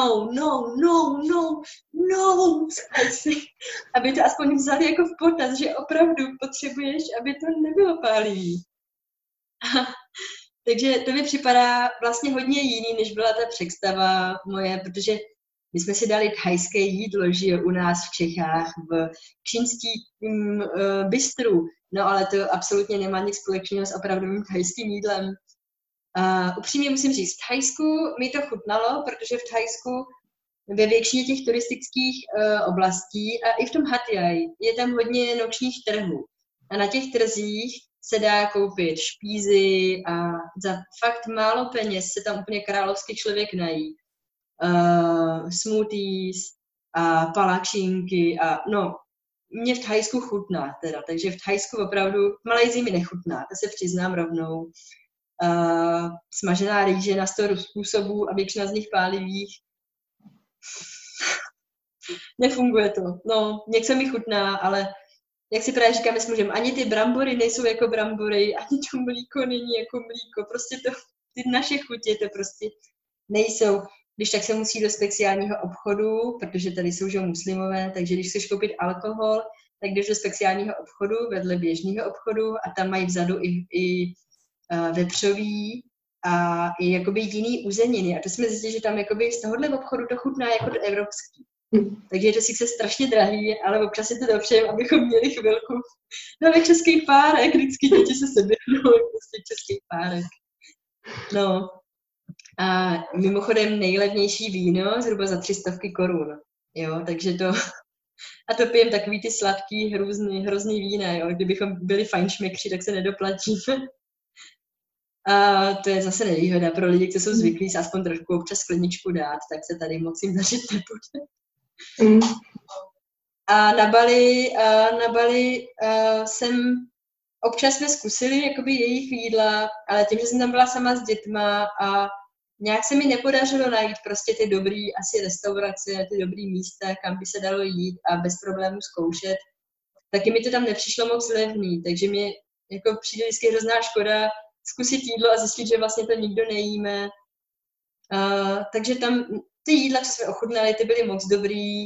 no spicy, aby to aspoň vzali jako v potaz, že opravdu potřebuješ, aby to nebylo pálivý. Takže to mi připadá vlastně hodně jiný, než byla ta představa moje, protože my jsme si dali thajské jídlo, že jo, u nás v Čechách, v čínském bistru, no ale to absolutně nemá nic společného s opravdovým thajským jídlem. Upřímně musím říct, v Thajsku mi to chutnalo, protože v Thajsku ve většině těch turistických oblastí a i v tom Hat Yai je tam hodně nočních trhů. A na těch trzích se dá koupit špízy a za fakt málo peněz se tam úplně královský člověk nají. Smoothies a palačinky a no, mě v Thajsku chutná teda, takže v Thajsku opravdu, v Malajsii mi nechutná, to se přiznám rovnou. Smažená rýže na 100 způsobů a většina z nich pálivých. Nefunguje to. No, něco mi chutná, ale jak si právě říkáme s mužem, ani ty brambory nejsou jako brambory, ani to mlíko není jako mlíko. Prostě to, ty naše chutě to prostě nejsou. Když tak se musí do speciálního obchodu, protože tady jsou že muslimové, takže když chceš koupit alkohol, tak jdeš do speciálního obchodu vedle běžného obchodu a tam mají vzadu i vepřový a i jakoby jiný uzeniny. A to jsme zjistili, že tam jakoby z tohohle obchodu to chutná jako to evropský. Takže je to sice strašně drahý, ale občas je to dobře, abychom měli chvilku na český párek. Vždycky děti se seběhnou, prostě český párek. No. A mimochodem nejlevnější víno zhruba za 300 korun. Jo, takže to... A to pijem takový ty sladký, hrozný vína, jo. Kdybychom byli fajnšmekři, tak se nedoplatíme. A to je zase nevýhoda pro lidi, kteří jsou zvyklí se aspoň trošku občas skleničku dát, tak se tady moc jim dařit nebude. A na Bali jsem občas jsme zkusili jakoby jejich jídla, ale tím, že jsem tam byla sama s dětma a nějak se mi nepodařilo najít prostě ty dobrý asi restaurace, ty dobrý místa, kam by se dalo jít a bez problémů zkoušet. Taky mi to tam nepřišlo moc levný, takže mi jako přijde vždycky hrozná škoda zkusit jídlo a zjistit, že vlastně to nikdo nejíme. Takže tam ty jídla, co jsme ochutnali, ty byly moc dobrý,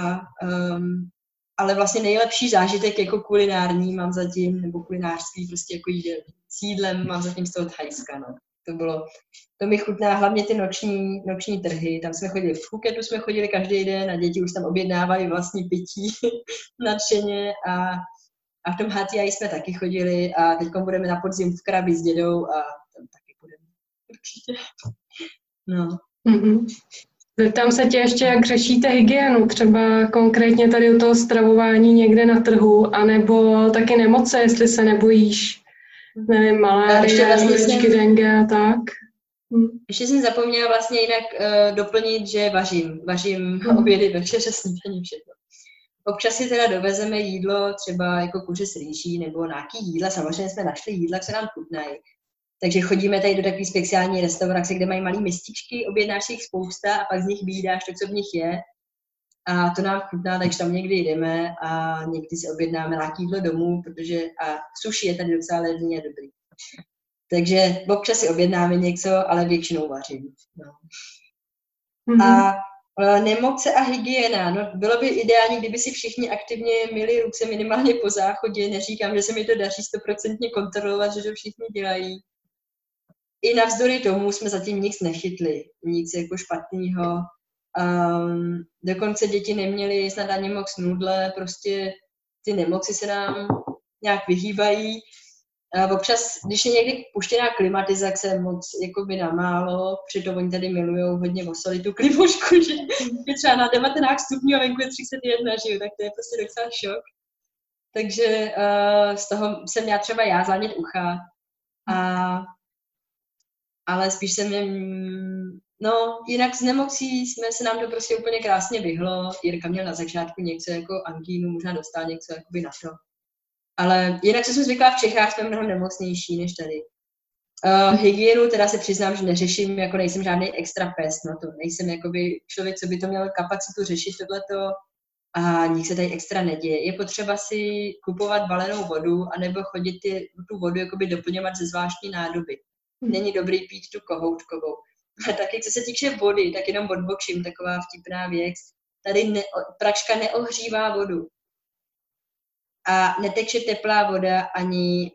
ale vlastně nejlepší zážitek jako kulinární mám zatím, nebo kulinářský prostě jako s jídlem mám zatím z toho Thajska, no. To mi chutná hlavně ty noční trhy. Tam jsme chodili v Phuketu, jsme chodili každý den a děti už tam objednávají vlastní pití nadšeně a v tom Hat Yai jsme taky chodili a teď budeme na podzim v Krabi s dědou a tam taky budeme určitě. No. Mm-hmm. Zeptám se tě ještě, jak řešíte hygienu, třeba konkrétně tady u toho stravování někde na trhu, anebo taky nemoce, jestli se nebojíš, nevím, malárie, horečky, dengue a tak. Ještě jsem zapomněla vlastně jinak doplnit, že vařím obědy, večeře, snídaní, všechno. Občas si teda dovezeme jídlo, třeba jako kuře s rýží nebo nějaký jídla, samozřejmě jsme našli jídla, co nám chutnají. Takže chodíme tady do takové speciální restaurace, kde mají malé mističky, objednáš si jich spousta a pak z nich vyjídáš to, co v nich je. A to nám chutná, takže tam někdy jdeme a někdy si objednáme nějaké jídlo domů, protože a sushi je tady docela levný a dobrý. Takže občas si objednáme něco, ale většinou vařím. No. Mm-hmm. A Nemoce a hygiena. No, bylo by ideální, kdyby si všichni aktivně myli ruce minimálně po záchodě. Neříkám, že se mi to daří 100% kontrolovat, že to všichni dělají. I navzdory tomu jsme zatím nic nechytli, nic jako špatného. Dokonce děti neměly snad ani moc nudle, prostě ty nemoci se nám nějak vyhýbají. Občas, když je někdy puštěná klimatizace moc jakoby na málo, přitom oni tady milujou hodně osoli tu klimušku, že je třeba na 19 stupňů a venku je 31, že jo, tak to je prostě docela šok. Takže z toho jsem měla třeba já zánět ucha, ale spíš jsem no, jinak z nemocí se nám to prostě úplně krásně vyhlo. Jirka měl na začátku něco jako angínu, možná dostal něco jakoby na to. Ale jinak, co jsem zvyklá v Čechách, jsme mnohem nemocnější než tady. Hygienu teda se přiznám, že neřeším, jako nejsem žádný extra pes, no to nejsem jakoby člověk, co by to měl kapacitu řešit tohleto a nic se tady extra neděje. Je potřeba si kupovat balenou vodu anebo chodit tu vodu jakoby doplňovat ze zvláštní nádoby. Není dobrý pít tu kohoutkovou. A taky, co se týče vody, tak jenom odbočím, taková vtipná věc. Tady pračka neohřívá vodu. A neteče teplá voda ani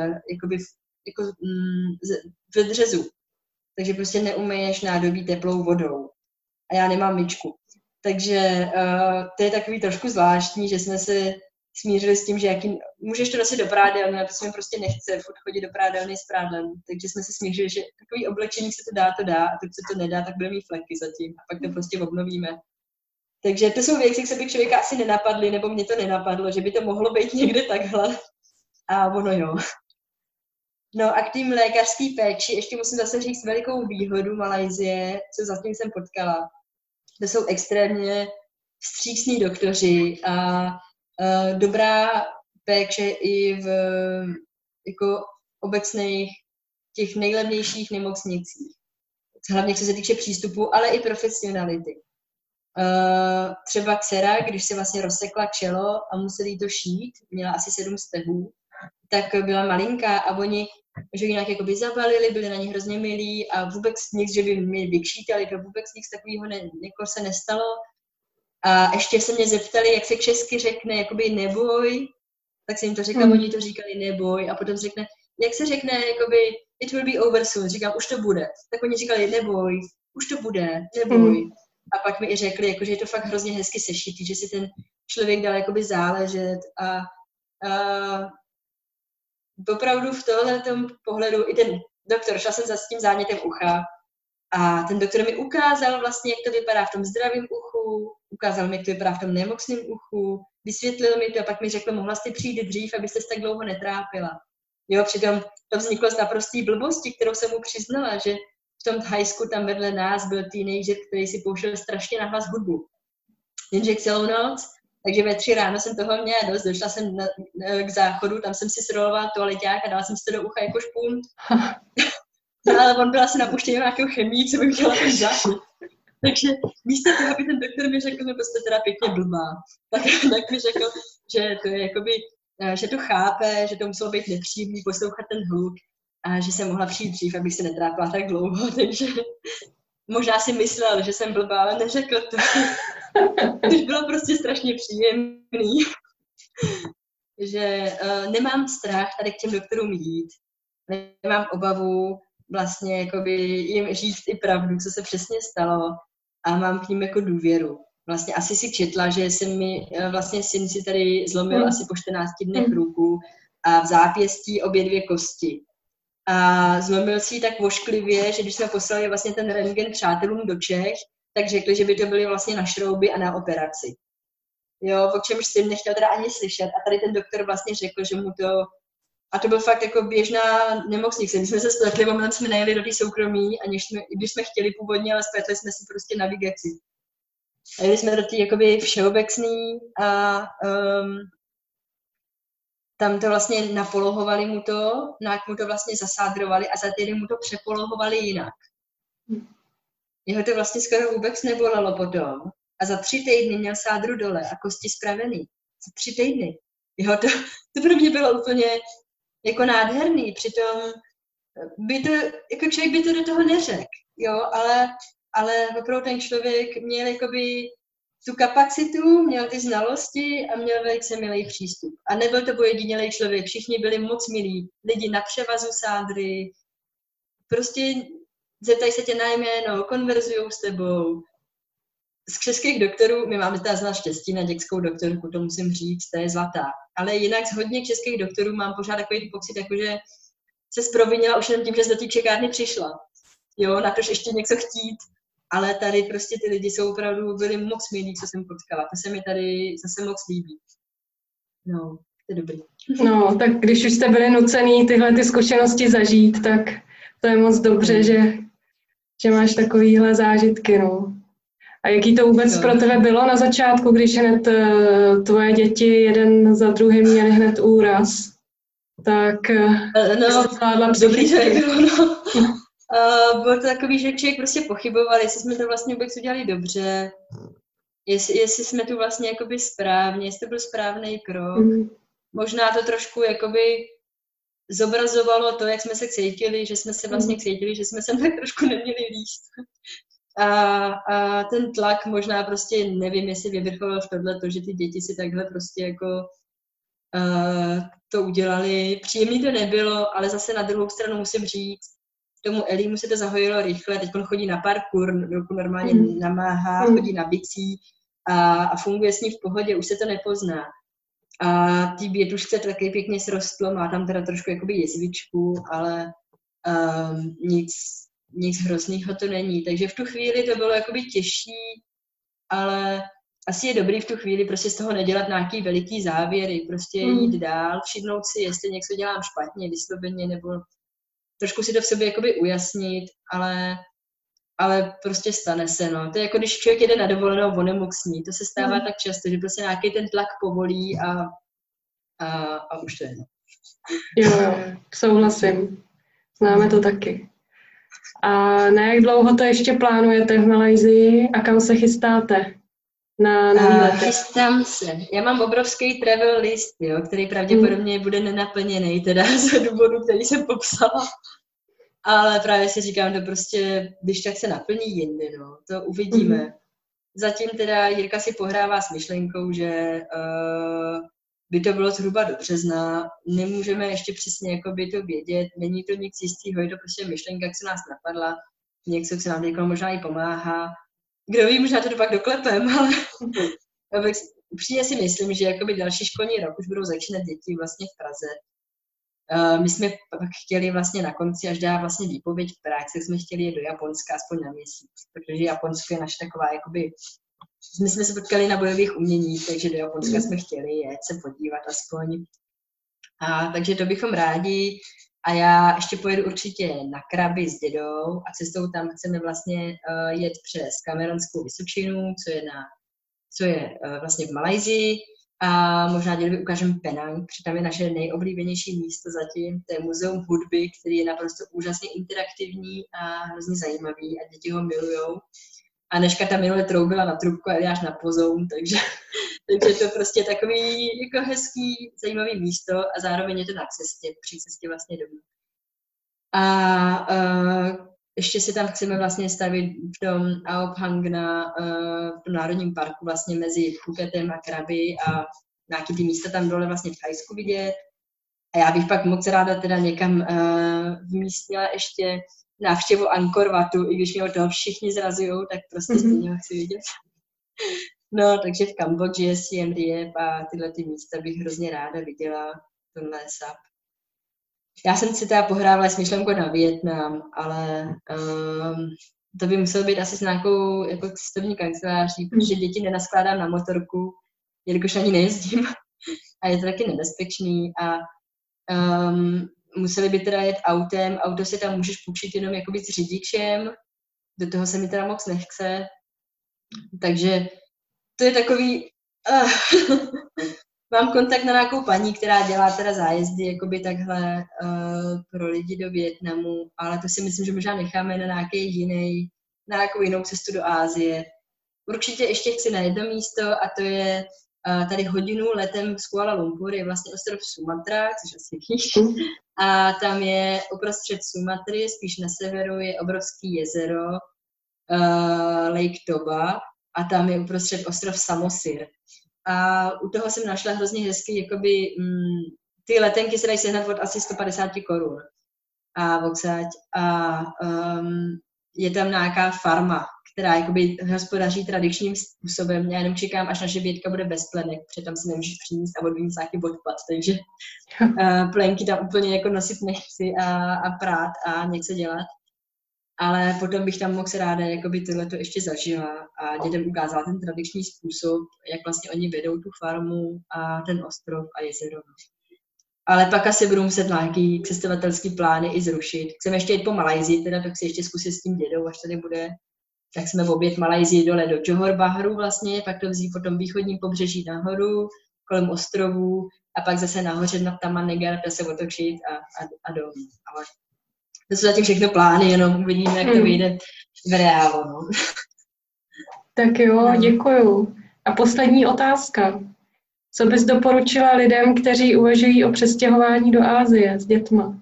z dřezu. Takže prostě neumyješ nádobí teplou vodou. A já nemám myčku. Takže to je takový trošku zvláštní, že jsme se smířili s tím, že můžeš to nosit do prádelny, a to se mi prostě nechce furt chodit do prádelny s prádlem. Takže jsme se smířili, že takový oblečení se to dá, a to, co to nedá, tak bude mít fleky zatím. A pak to prostě obnovíme. Takže to jsou věci, co by člověka asi nenapadly, nebo mě to nenapadlo, že by to mohlo být někde takhle. A ono jo. No a k tým lékařské péči ještě musím zase říct velikou výhodu Malajsie, co zatím jsem potkala. To jsou extrémně vstřícní doktoři a dobrá péče i v jako obecných těch nejlevnějších nemocnicích. Hlavně co se týče přístupu, ale i profesionality. Třeba dcera, když se vlastně rozsekla čelo a museli jí to šít, měla asi 7 stehů, tak byla malinká a oni, že ji nějak jakoby zabalili, byli na ní hrozně milí a vůbec nic, že by mě vykšítali, to vůbec nic takového se nestalo. A ještě se mě zeptali, jak se česky řekne jakoby neboj, tak jsem jim to řekla, oni to říkali neboj a potom řekne, jak se řekne jakoby it will be over soon, říkám, už to bude. Tak oni říkali neboj, už to bude, neboj. A pak mi i řekli, jako, že je to fakt hrozně hezky sešitý, že si ten člověk dal jakoby záležet a opravdu v tomhletom pohledu i ten doktor, šla jsem za s tím zánětem ucha a ten doktor mi ukázal vlastně, jak to vypadá v tom zdravém uchu, ukázal mi, jak to vypadá v tom nemocném uchu, vysvětlil mi to a pak mi řekl, mohla jste přijít dřív, abyste se tak dlouho netrápila. Jo, přitom to vzniklo z naprostý blbosti, kterou jsem mu přiznala, že v tom Thajsku tam vedle nás byl teenager, který si pouštěl strašně nahlas hudbu. Jenže celou noc, takže ve 3 ráno jsem toho měla dost, došla jsem k záchodu, tam jsem si srolovala toaleťák a dala jsem si to do ucha jako špunt. No, ale on byl asi napuštěný nějakou chemii, co bych chtěla ten záchod. Takže místo toho, aby ten doktor mi řekl, že prostě teda pěkně blbá, tak mi řekl, že to je jakoby, že to chápe, že to muselo být nepříjemný poslouchat ten hluk a že jsem mohla přijít dřív, abych se netrápila tak dlouho, takže možná si myslel, že jsem blbá, ale neřekl to. Což bylo prostě strašně příjemný. Že nemám strach tady k těm doktorům jít. Nemám obavu vlastně jakoby jim říct i pravdu, co se přesně stalo a mám k ním jako důvěru. Vlastně asi si četla, že jsem mi vlastně syn si tady zlomil asi po 14 dnech ruku a v zápěstí obě 2 kosti. A zlomil si ji tak vošklivě, že když jsme poslali vlastně ten rentgen přátelům do Čech, tak řekli, že by to byly vlastně na šrouby a na operaci. Jo, o čemž syn nechtěl teda ani slyšet. A tady ten doktor vlastně řekl, že mu to... A to byl fakt jako běžná nemocnice. My jsme se spletli, moment jsme nejeli do té soukromí, i když jsme chtěli původně, ale spletli jsme si prostě navigaci. A jeli jsme do té jakoby všeobecný a tam to vlastně napolohovali mu to, nějak mu to vlastně zasádrovali a za týden mu to přepolohovali jinak. Jeho to vlastně skoro vůbec nebolelo potom. A za 3 týdny měl sádru dole a kosti spravený. Za 3 týdny. Jo, to pro mě bylo úplně jako nádherný. Přitom by to, jako člověk by to do toho neřekl. Jo, ale ale opravdu ten člověk měl jakoby tu kapacitu, měl ty znalosti a měl velice milý přístup. A nebyl to ojedinělý člověk, všichni byli moc milí. Lidi na převazu sádry, prostě zeptají se tě na jméno, konverzujou s tebou. Z českých doktorů, my máme teda znát štěstí na dětskou doktorku, to musím říct, to je zlatá. Ale jinak z hodně českých doktorů mám pořád takový pocit, jakože se zprovinila už jen tím, že do té čekárny přišla. Jo, na tož ještě něco chtít. Ale tady prostě ty lidi jsou opravdu, byli moc milí, co jsem potkala. To se mi tady zase moc líbí. No, to je dobrý. No, tak když už jste byli nucený tyhle ty zkušenosti zažít, tak to je moc dobře, že máš takovýhle zážitky, no. A jaký to vůbec pro tebe bylo na začátku, když hned tvoje děti jeden za druhým měli hned úraz? Tak no, jsi zvládla dobrý to psychicky. bylo, no. Bylo to takový, že člověk prostě pochyboval, jestli jsme to vlastně vůbec udělali dobře, jestli jsme tu vlastně jakoby správně, jestli to byl správný krok. Možná to trošku jakoby zobrazovalo to, jak jsme se cítili, že jsme se vlastně cítili, že jsme se tak trošku neměli líst. A ten tlak možná prostě, nevím, jestli vyvrcholil v tohleto, že ty děti si takhle prostě jako to udělali. Příjemný to nebylo, ale zase na druhou stranu musím říct, tomu Elímu se to zahojilo rychle, teď on chodí na parkour, normálně namáhá, chodí na bicí a funguje s ní v pohodě, už se to nepozná. A ty bětušce taky pěkně srostlo, má tam teda trošku jakoby jezvičku, ale nic hroznýho to není. Takže v tu chvíli to bylo jakoby těžší, ale asi je dobrý v tu chvíli prostě z toho nedělat nějaký veliký závěry, prostě jít dál, všimnout si, jestli něco dělám špatně, vysloveně, nebo trošku si to v sobě jakoby ujasnit, ale prostě stane se, no. To je jako když člověk jede na dovolenou, onemocní. To se stává tak často, že prostě nějaký ten tlak povolí a už to je. Jo, souhlasím. Známe to taky. A na jak dlouho to ještě plánujete v Malajsii a kam se chystáte na výlety? Chystám se. Já mám obrovský travel list, jo, který pravděpodobně bude nenaplněný, teda z důvodu, který jsem popsala. Ale právě si říkám, to prostě, když tak se naplní jindy, no, to uvidíme. Zatím teda Jirka si pohrává s myšlenkou, že by to bylo zhruba do března, nemůžeme ještě přesně jakoby to vědět, není to nic jistého, je to prostě myšlenka, jak se nás napadla, něco, co nám někoho možná i pomáhá. Kdo ví, možná to pak doklepem, ale upřímně si myslím, že jakoby další školní rok už budou začínat děti vlastně v Praze. My jsme pak chtěli vlastně na konci, až dá vlastně výpověď v praxi, jsme chtěli jít do Japonska aspoň na měsíc, protože Japonsko je naše taková, jakoby, my jsme se potkali na bojových uměních, takže do Japonska jsme chtěli jet se podívat aspoň. Takže to bychom rádi. A já ještě pojedu určitě na Krabi s dědou a cestou tam chceme vlastně jet přes Kameronskou Vysočinu, co je vlastně v Malajsii. A možná dědovi ukážeme Penang, protože tam je naše nejoblíbenější místo zatím, to je muzeum hudby, který je naprosto úžasně interaktivní a hrozně zajímavý a děti ho milujou. A Nežka tam minule troubila na trubku a Eliáš na pozoum, takže to prostě takový jako hezký, zajímavý místo a zároveň je to na cestě, při cestě vlastně domů. Ještě si tam chceme vlastně stavit v tom Ao Phang v tom národním parku vlastně mezi Phuketem a Krabi a nějaký ty místa tam dole vlastně v Thajsku vidět. A já bych pak moc ráda teda někam vmístila ještě návštěvu Angkor Watu, i když mě od toho všichni zrazujou, tak prostě stejně ho chci vidět. No, takže v Kambodži, Siem Reap a tyhle ty místa bych hrozně ráda viděla, tenhle sap. Já jsem si teda pohrávala s myšlenkou na Vietnam, ale to by muselo být asi s nějakou jako cestovní kanceláří, protože děti nenaskládám na motorku, jelikož ani nejezdím a je to taky nebezpečný a museli by teda jet autem, auto si tam můžeš půjčit jenom jakoby s řidičem, do toho se mi teda moc nechce, takže to je takový... Mám kontakt na nějakou paní, která dělá teda zájezdy jakoby takhle pro lidi do Vietnamu, ale to si myslím, že možná necháme na na nějakou jinou cestu do Asie. Určitě ještě chci na jedno místo a to je tady hodinu letem z Kuala Lumpur, je vlastně ostrov Sumatra, což asi víš. A tam je uprostřed Sumatry, spíš na severu, je obrovský jezero Lake Toba a tam je uprostřed ostrov Samosir. A u toho jsem našla hrozně hezky, jakoby ty letenky se dají sehnat od asi 150 korun a odsaď. A je tam nějaká farma, která jakoby hospodaří tradičním způsobem. Já jenom čekám, až naše Bětka bude bez plenek, protože tam si nemůžeš přinést a odvíjet nějaký odpad, takže plenky tam úplně jako nosit nechci a prát a něco dělat. Ale potom bych tam moc ráda jakoby tohleto ještě zažila a dětem ukázala ten tradiční způsob, jak vlastně oni vedou tu farmu a ten ostrov a jezero. Ale pak asi budu muset nějaký cestovatelský plány i zrušit. Chceme ještě jít po Malajsii, teda tak si ještě zkusit s tím dědou, až tady bude. Tak jsme obět Malajsii dole do Johor Bahru vlastně, pak to vzít po tom východním pobřeží nahoru, kolem ostrovů a pak zase nahoře na Taman Nagar, se otočit a domů. Ale to jsou zatím všechno plány, jenom uvidíme, jak to vyjde v reálu. No. Tak jo, děkuju. A poslední otázka. Co bys doporučila lidem, kteří uvažují o přestěhování do Asie s dětma?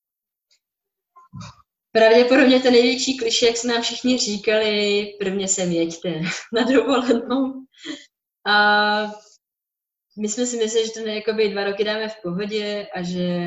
Pravděpodobně to největší klišé, jak se nám všichni říkali, prvně sem jeďte na dovolenou. A my jsme si mysleli, že to jakoby 2 roky dáme v pohodě a že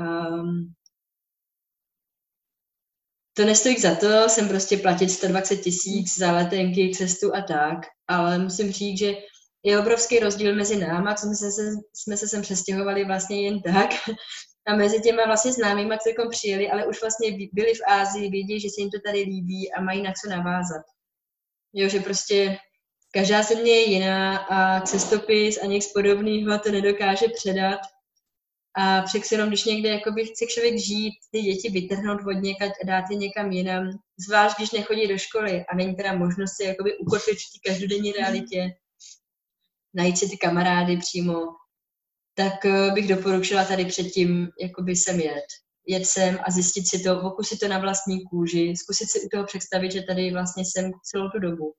to nestojí za to, jsem prostě platit 120 000 za letenky, cestu a tak, ale musím říct, že je obrovský rozdíl mezi náma, co jsme se sem přestěhovali vlastně jen tak, a mezi těma vlastně známýma, kteří přijeli, ale už vlastně byli v Ázii, vědí, že se jim to tady líbí a mají na co navázat. Jo, že prostě každá země je jiná a cestopis a nic podobného to nedokáže předat. A přece jenom, když někde jakoby chce člověk žít, ty děti vytrhnout od někať a dát je někam jinam, zvlášť když nechodí do školy a není teda možnost se jakoby ukotvit v té každodenní realitě, najít si ty kamarády přímo, tak bych doporučila tady předtím jakoby sem jet sem a zjistit si to, okusit to na vlastní kůži, zkusit si u toho představit, že tady vlastně jsem celou tu dobu.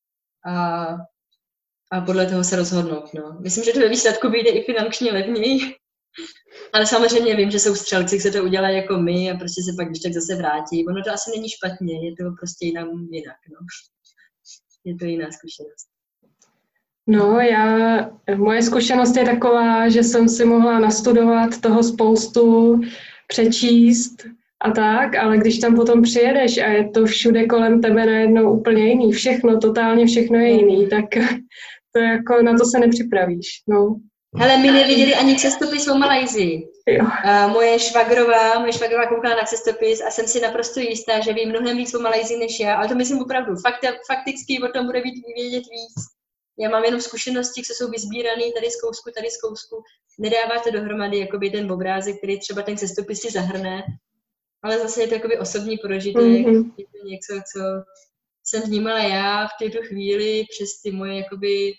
A podle toho se rozhodnout. No. Myslím, že to ve výsledku vyjde i finančně levněji. Ale samozřejmě vím, že jsou střelci, kteří to udělají jako my a prostě se pak když tak zase vrátí. Ono to asi není špatně, je to prostě jinak. No. Je to jiná zkušenost. No, moje zkušenost je taková, že jsem si mohla nastudovat toho spoustu, přečíst a tak, ale když tam potom přijedeš a je to všude kolem tebe najednou úplně jiný, totálně všechno je jiný, tak to jako na to se nepřipravíš, no. Hele, my neviděli ani cestopis o Malajsii. Moje švagrová koukala na cestopis a jsem si naprosto jistá, že ví mnohem víc o Malajsii než já, ale to myslím opravdu. Fakticky o tom bude vědět víc. Já mám jenom zkušenosti, které jsou vyzbírané tady z kousku. Nedává to dohromady jakoby ten obrázek, který třeba ten cestopis si zahrne, ale zase je to jakoby osobní prožitek, je to něco, co jsem vnímala já v této chvíli přes ty moje jakoby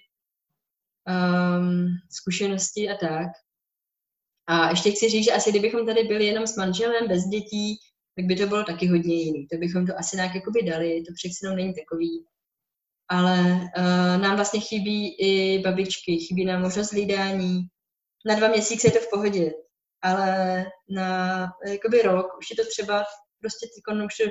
zkušenosti a tak. A ještě chci říct, že asi kdybychom tady byli jenom s manželem, bez dětí, tak by to bylo taky hodně jiný. To bychom to asi nějak jakoby dali, to přece jenom není takový. Ale nám vlastně chybí i babičky, chybí nám možnost hlídání. Na 2 měsíce je to v pohodě, ale na jakoby rok už je to třeba prostě už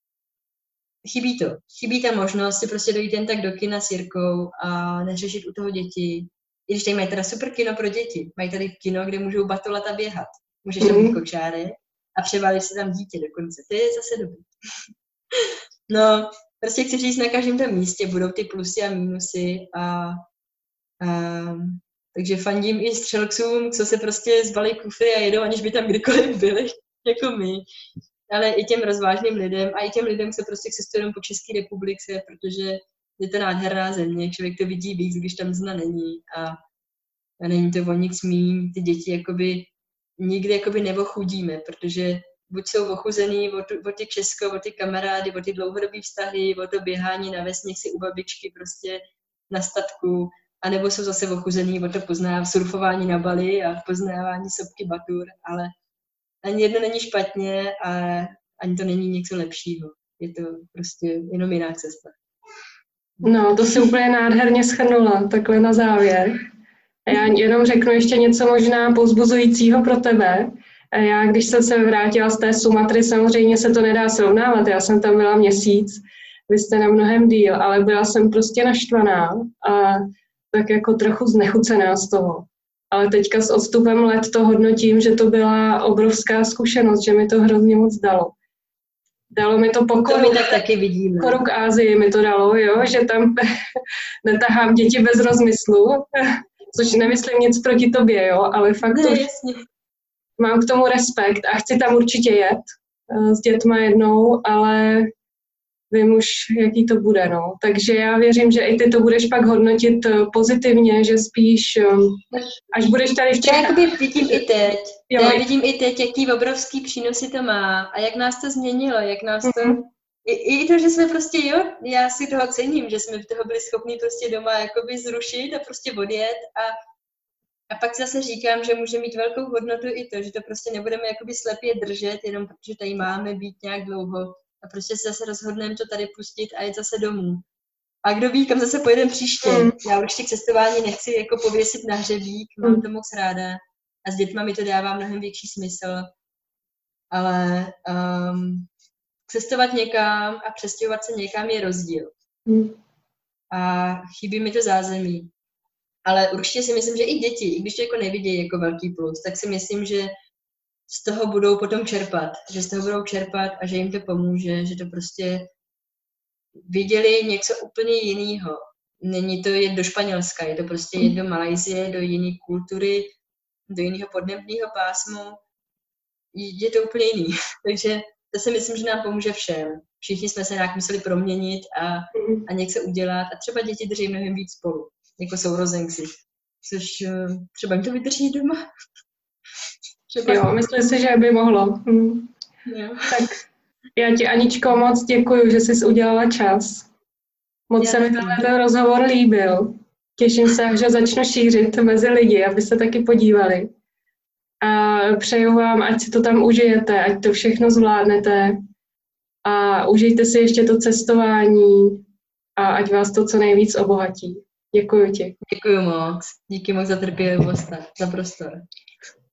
chybí ta možnost si prostě dojít jen tak do kina s Jirkou a neřešit u toho děti. I když tady mají teda super kino pro děti. Mají tady kino, kde můžou batolat a běhat. Můžeš tam kočáry a převálit si tam dítě dokonce. To je zase dobrý. No, prostě chci říct, na každém tom místě budou ty plusy a mínusy takže fandím i střelcům, co se prostě zbalí kufry a jedou, aniž by tam kdykoliv byli, jako my. Ale i těm rozvážným lidem a i těm lidem, co prostě cestují po České republice, protože je to nádherná země, člověk to vidí víc, když tam zna není a není to o nic míň, ty děti jakoby nikdy jakoby neochudíme, protože buď jsou ochuzený o ty Česko, o ty kamarády, o ty dlouhodobý vztahy, o to běhání na vesnici u babičky prostě na statku, anebo jsou zase ochuzený o to surfování na Bali a poznávání sopky Batur, ale ani jedno není špatně a ani to není něco lepšího. Je to prostě jenom jiná cesta. No, to si úplně nádherně shrnula, takhle na závěr. Já jenom řeknu ještě něco možná povzbuzujícího pro tebe. Já, když jsem se vrátila z té Sumatry, samozřejmě se to nedá srovnávat, já jsem tam byla měsíc vy jste na mnohem díl, ale byla jsem prostě naštvaná a tak jako trochu znechucená z toho. Ale teďka s odstupem let to hodnotím, že to byla obrovská zkušenost, že mi to hrozně moc dalo. Dalo mi to pokoru. To my tak taky vidíme. Pokoru k Ázii mi to dalo, jo, že tam netahám děti bez rozmyslu, což nemyslím nic proti tobě, jo, ale fakt to mám k tomu respekt a chci tam určitě jet s dětma jednou, ale vím už, jaký to bude, no. Takže já věřím, že i ty to budeš pak hodnotit pozitivně, že spíš, až budeš tady v Čechách. Já vidím i teď. Já vidím i teď, jaký obrovský přínosy to má a jak nás to změnilo, jak nás to... I to, že jsme prostě, jo, já si toho cením, že jsme toho byli schopni prostě doma jakoby zrušit a prostě odjet a pak zase říkám, že může mít velkou hodnotu i to, že to prostě nebudeme jakoby slepě držet, jenom protože tady máme být nějak dlouho a prostě se zase rozhodneme to tady pustit a jít zase domů. A kdo ví, kam zase pojedeme příště. Já určitě k cestování nechci jako pověsit na hřebík, mám to moc ráda a s dětma mi to dává mnohem větší smysl, ale cestovat někam a přestěhovat se někam je rozdíl. A chybí mi to zázemí. Ale určitě si myslím, že i děti, i když to jako nevidějí jako velký plus, tak si myslím, že z toho budou potom čerpat. Že z toho budou čerpat a že jim to pomůže, že to prostě viděli něco úplně jiného. Není to jet do Španělska, je to prostě jet do Malajsie, do jiné kultury, do jiného podnebného pásmu. Je to úplně jiný. Takže to si myslím, že nám pomůže všem. Všichni jsme se nějak museli proměnit a něco udělat a třeba děti drží mnohem víc spolu, jako sourozenci, což třeba jim to vydrží doma. Třeba... Jo, myslím si, že by mohlo. Jo. Tak já ti, Aničko, moc děkuju, že jsi udělala čas. Moc se mi tenhle rozhovor líbil. Těším se, že začnu šířit mezi lidi, aby se taky podívali. A přeju vám, ať si to tam užijete, ať to všechno zvládnete a užijte si ještě to cestování a ať vás to co nejvíc obohatí. Děkuju ti. Děkuju moc. Díky moc za trpělivost, za prostor.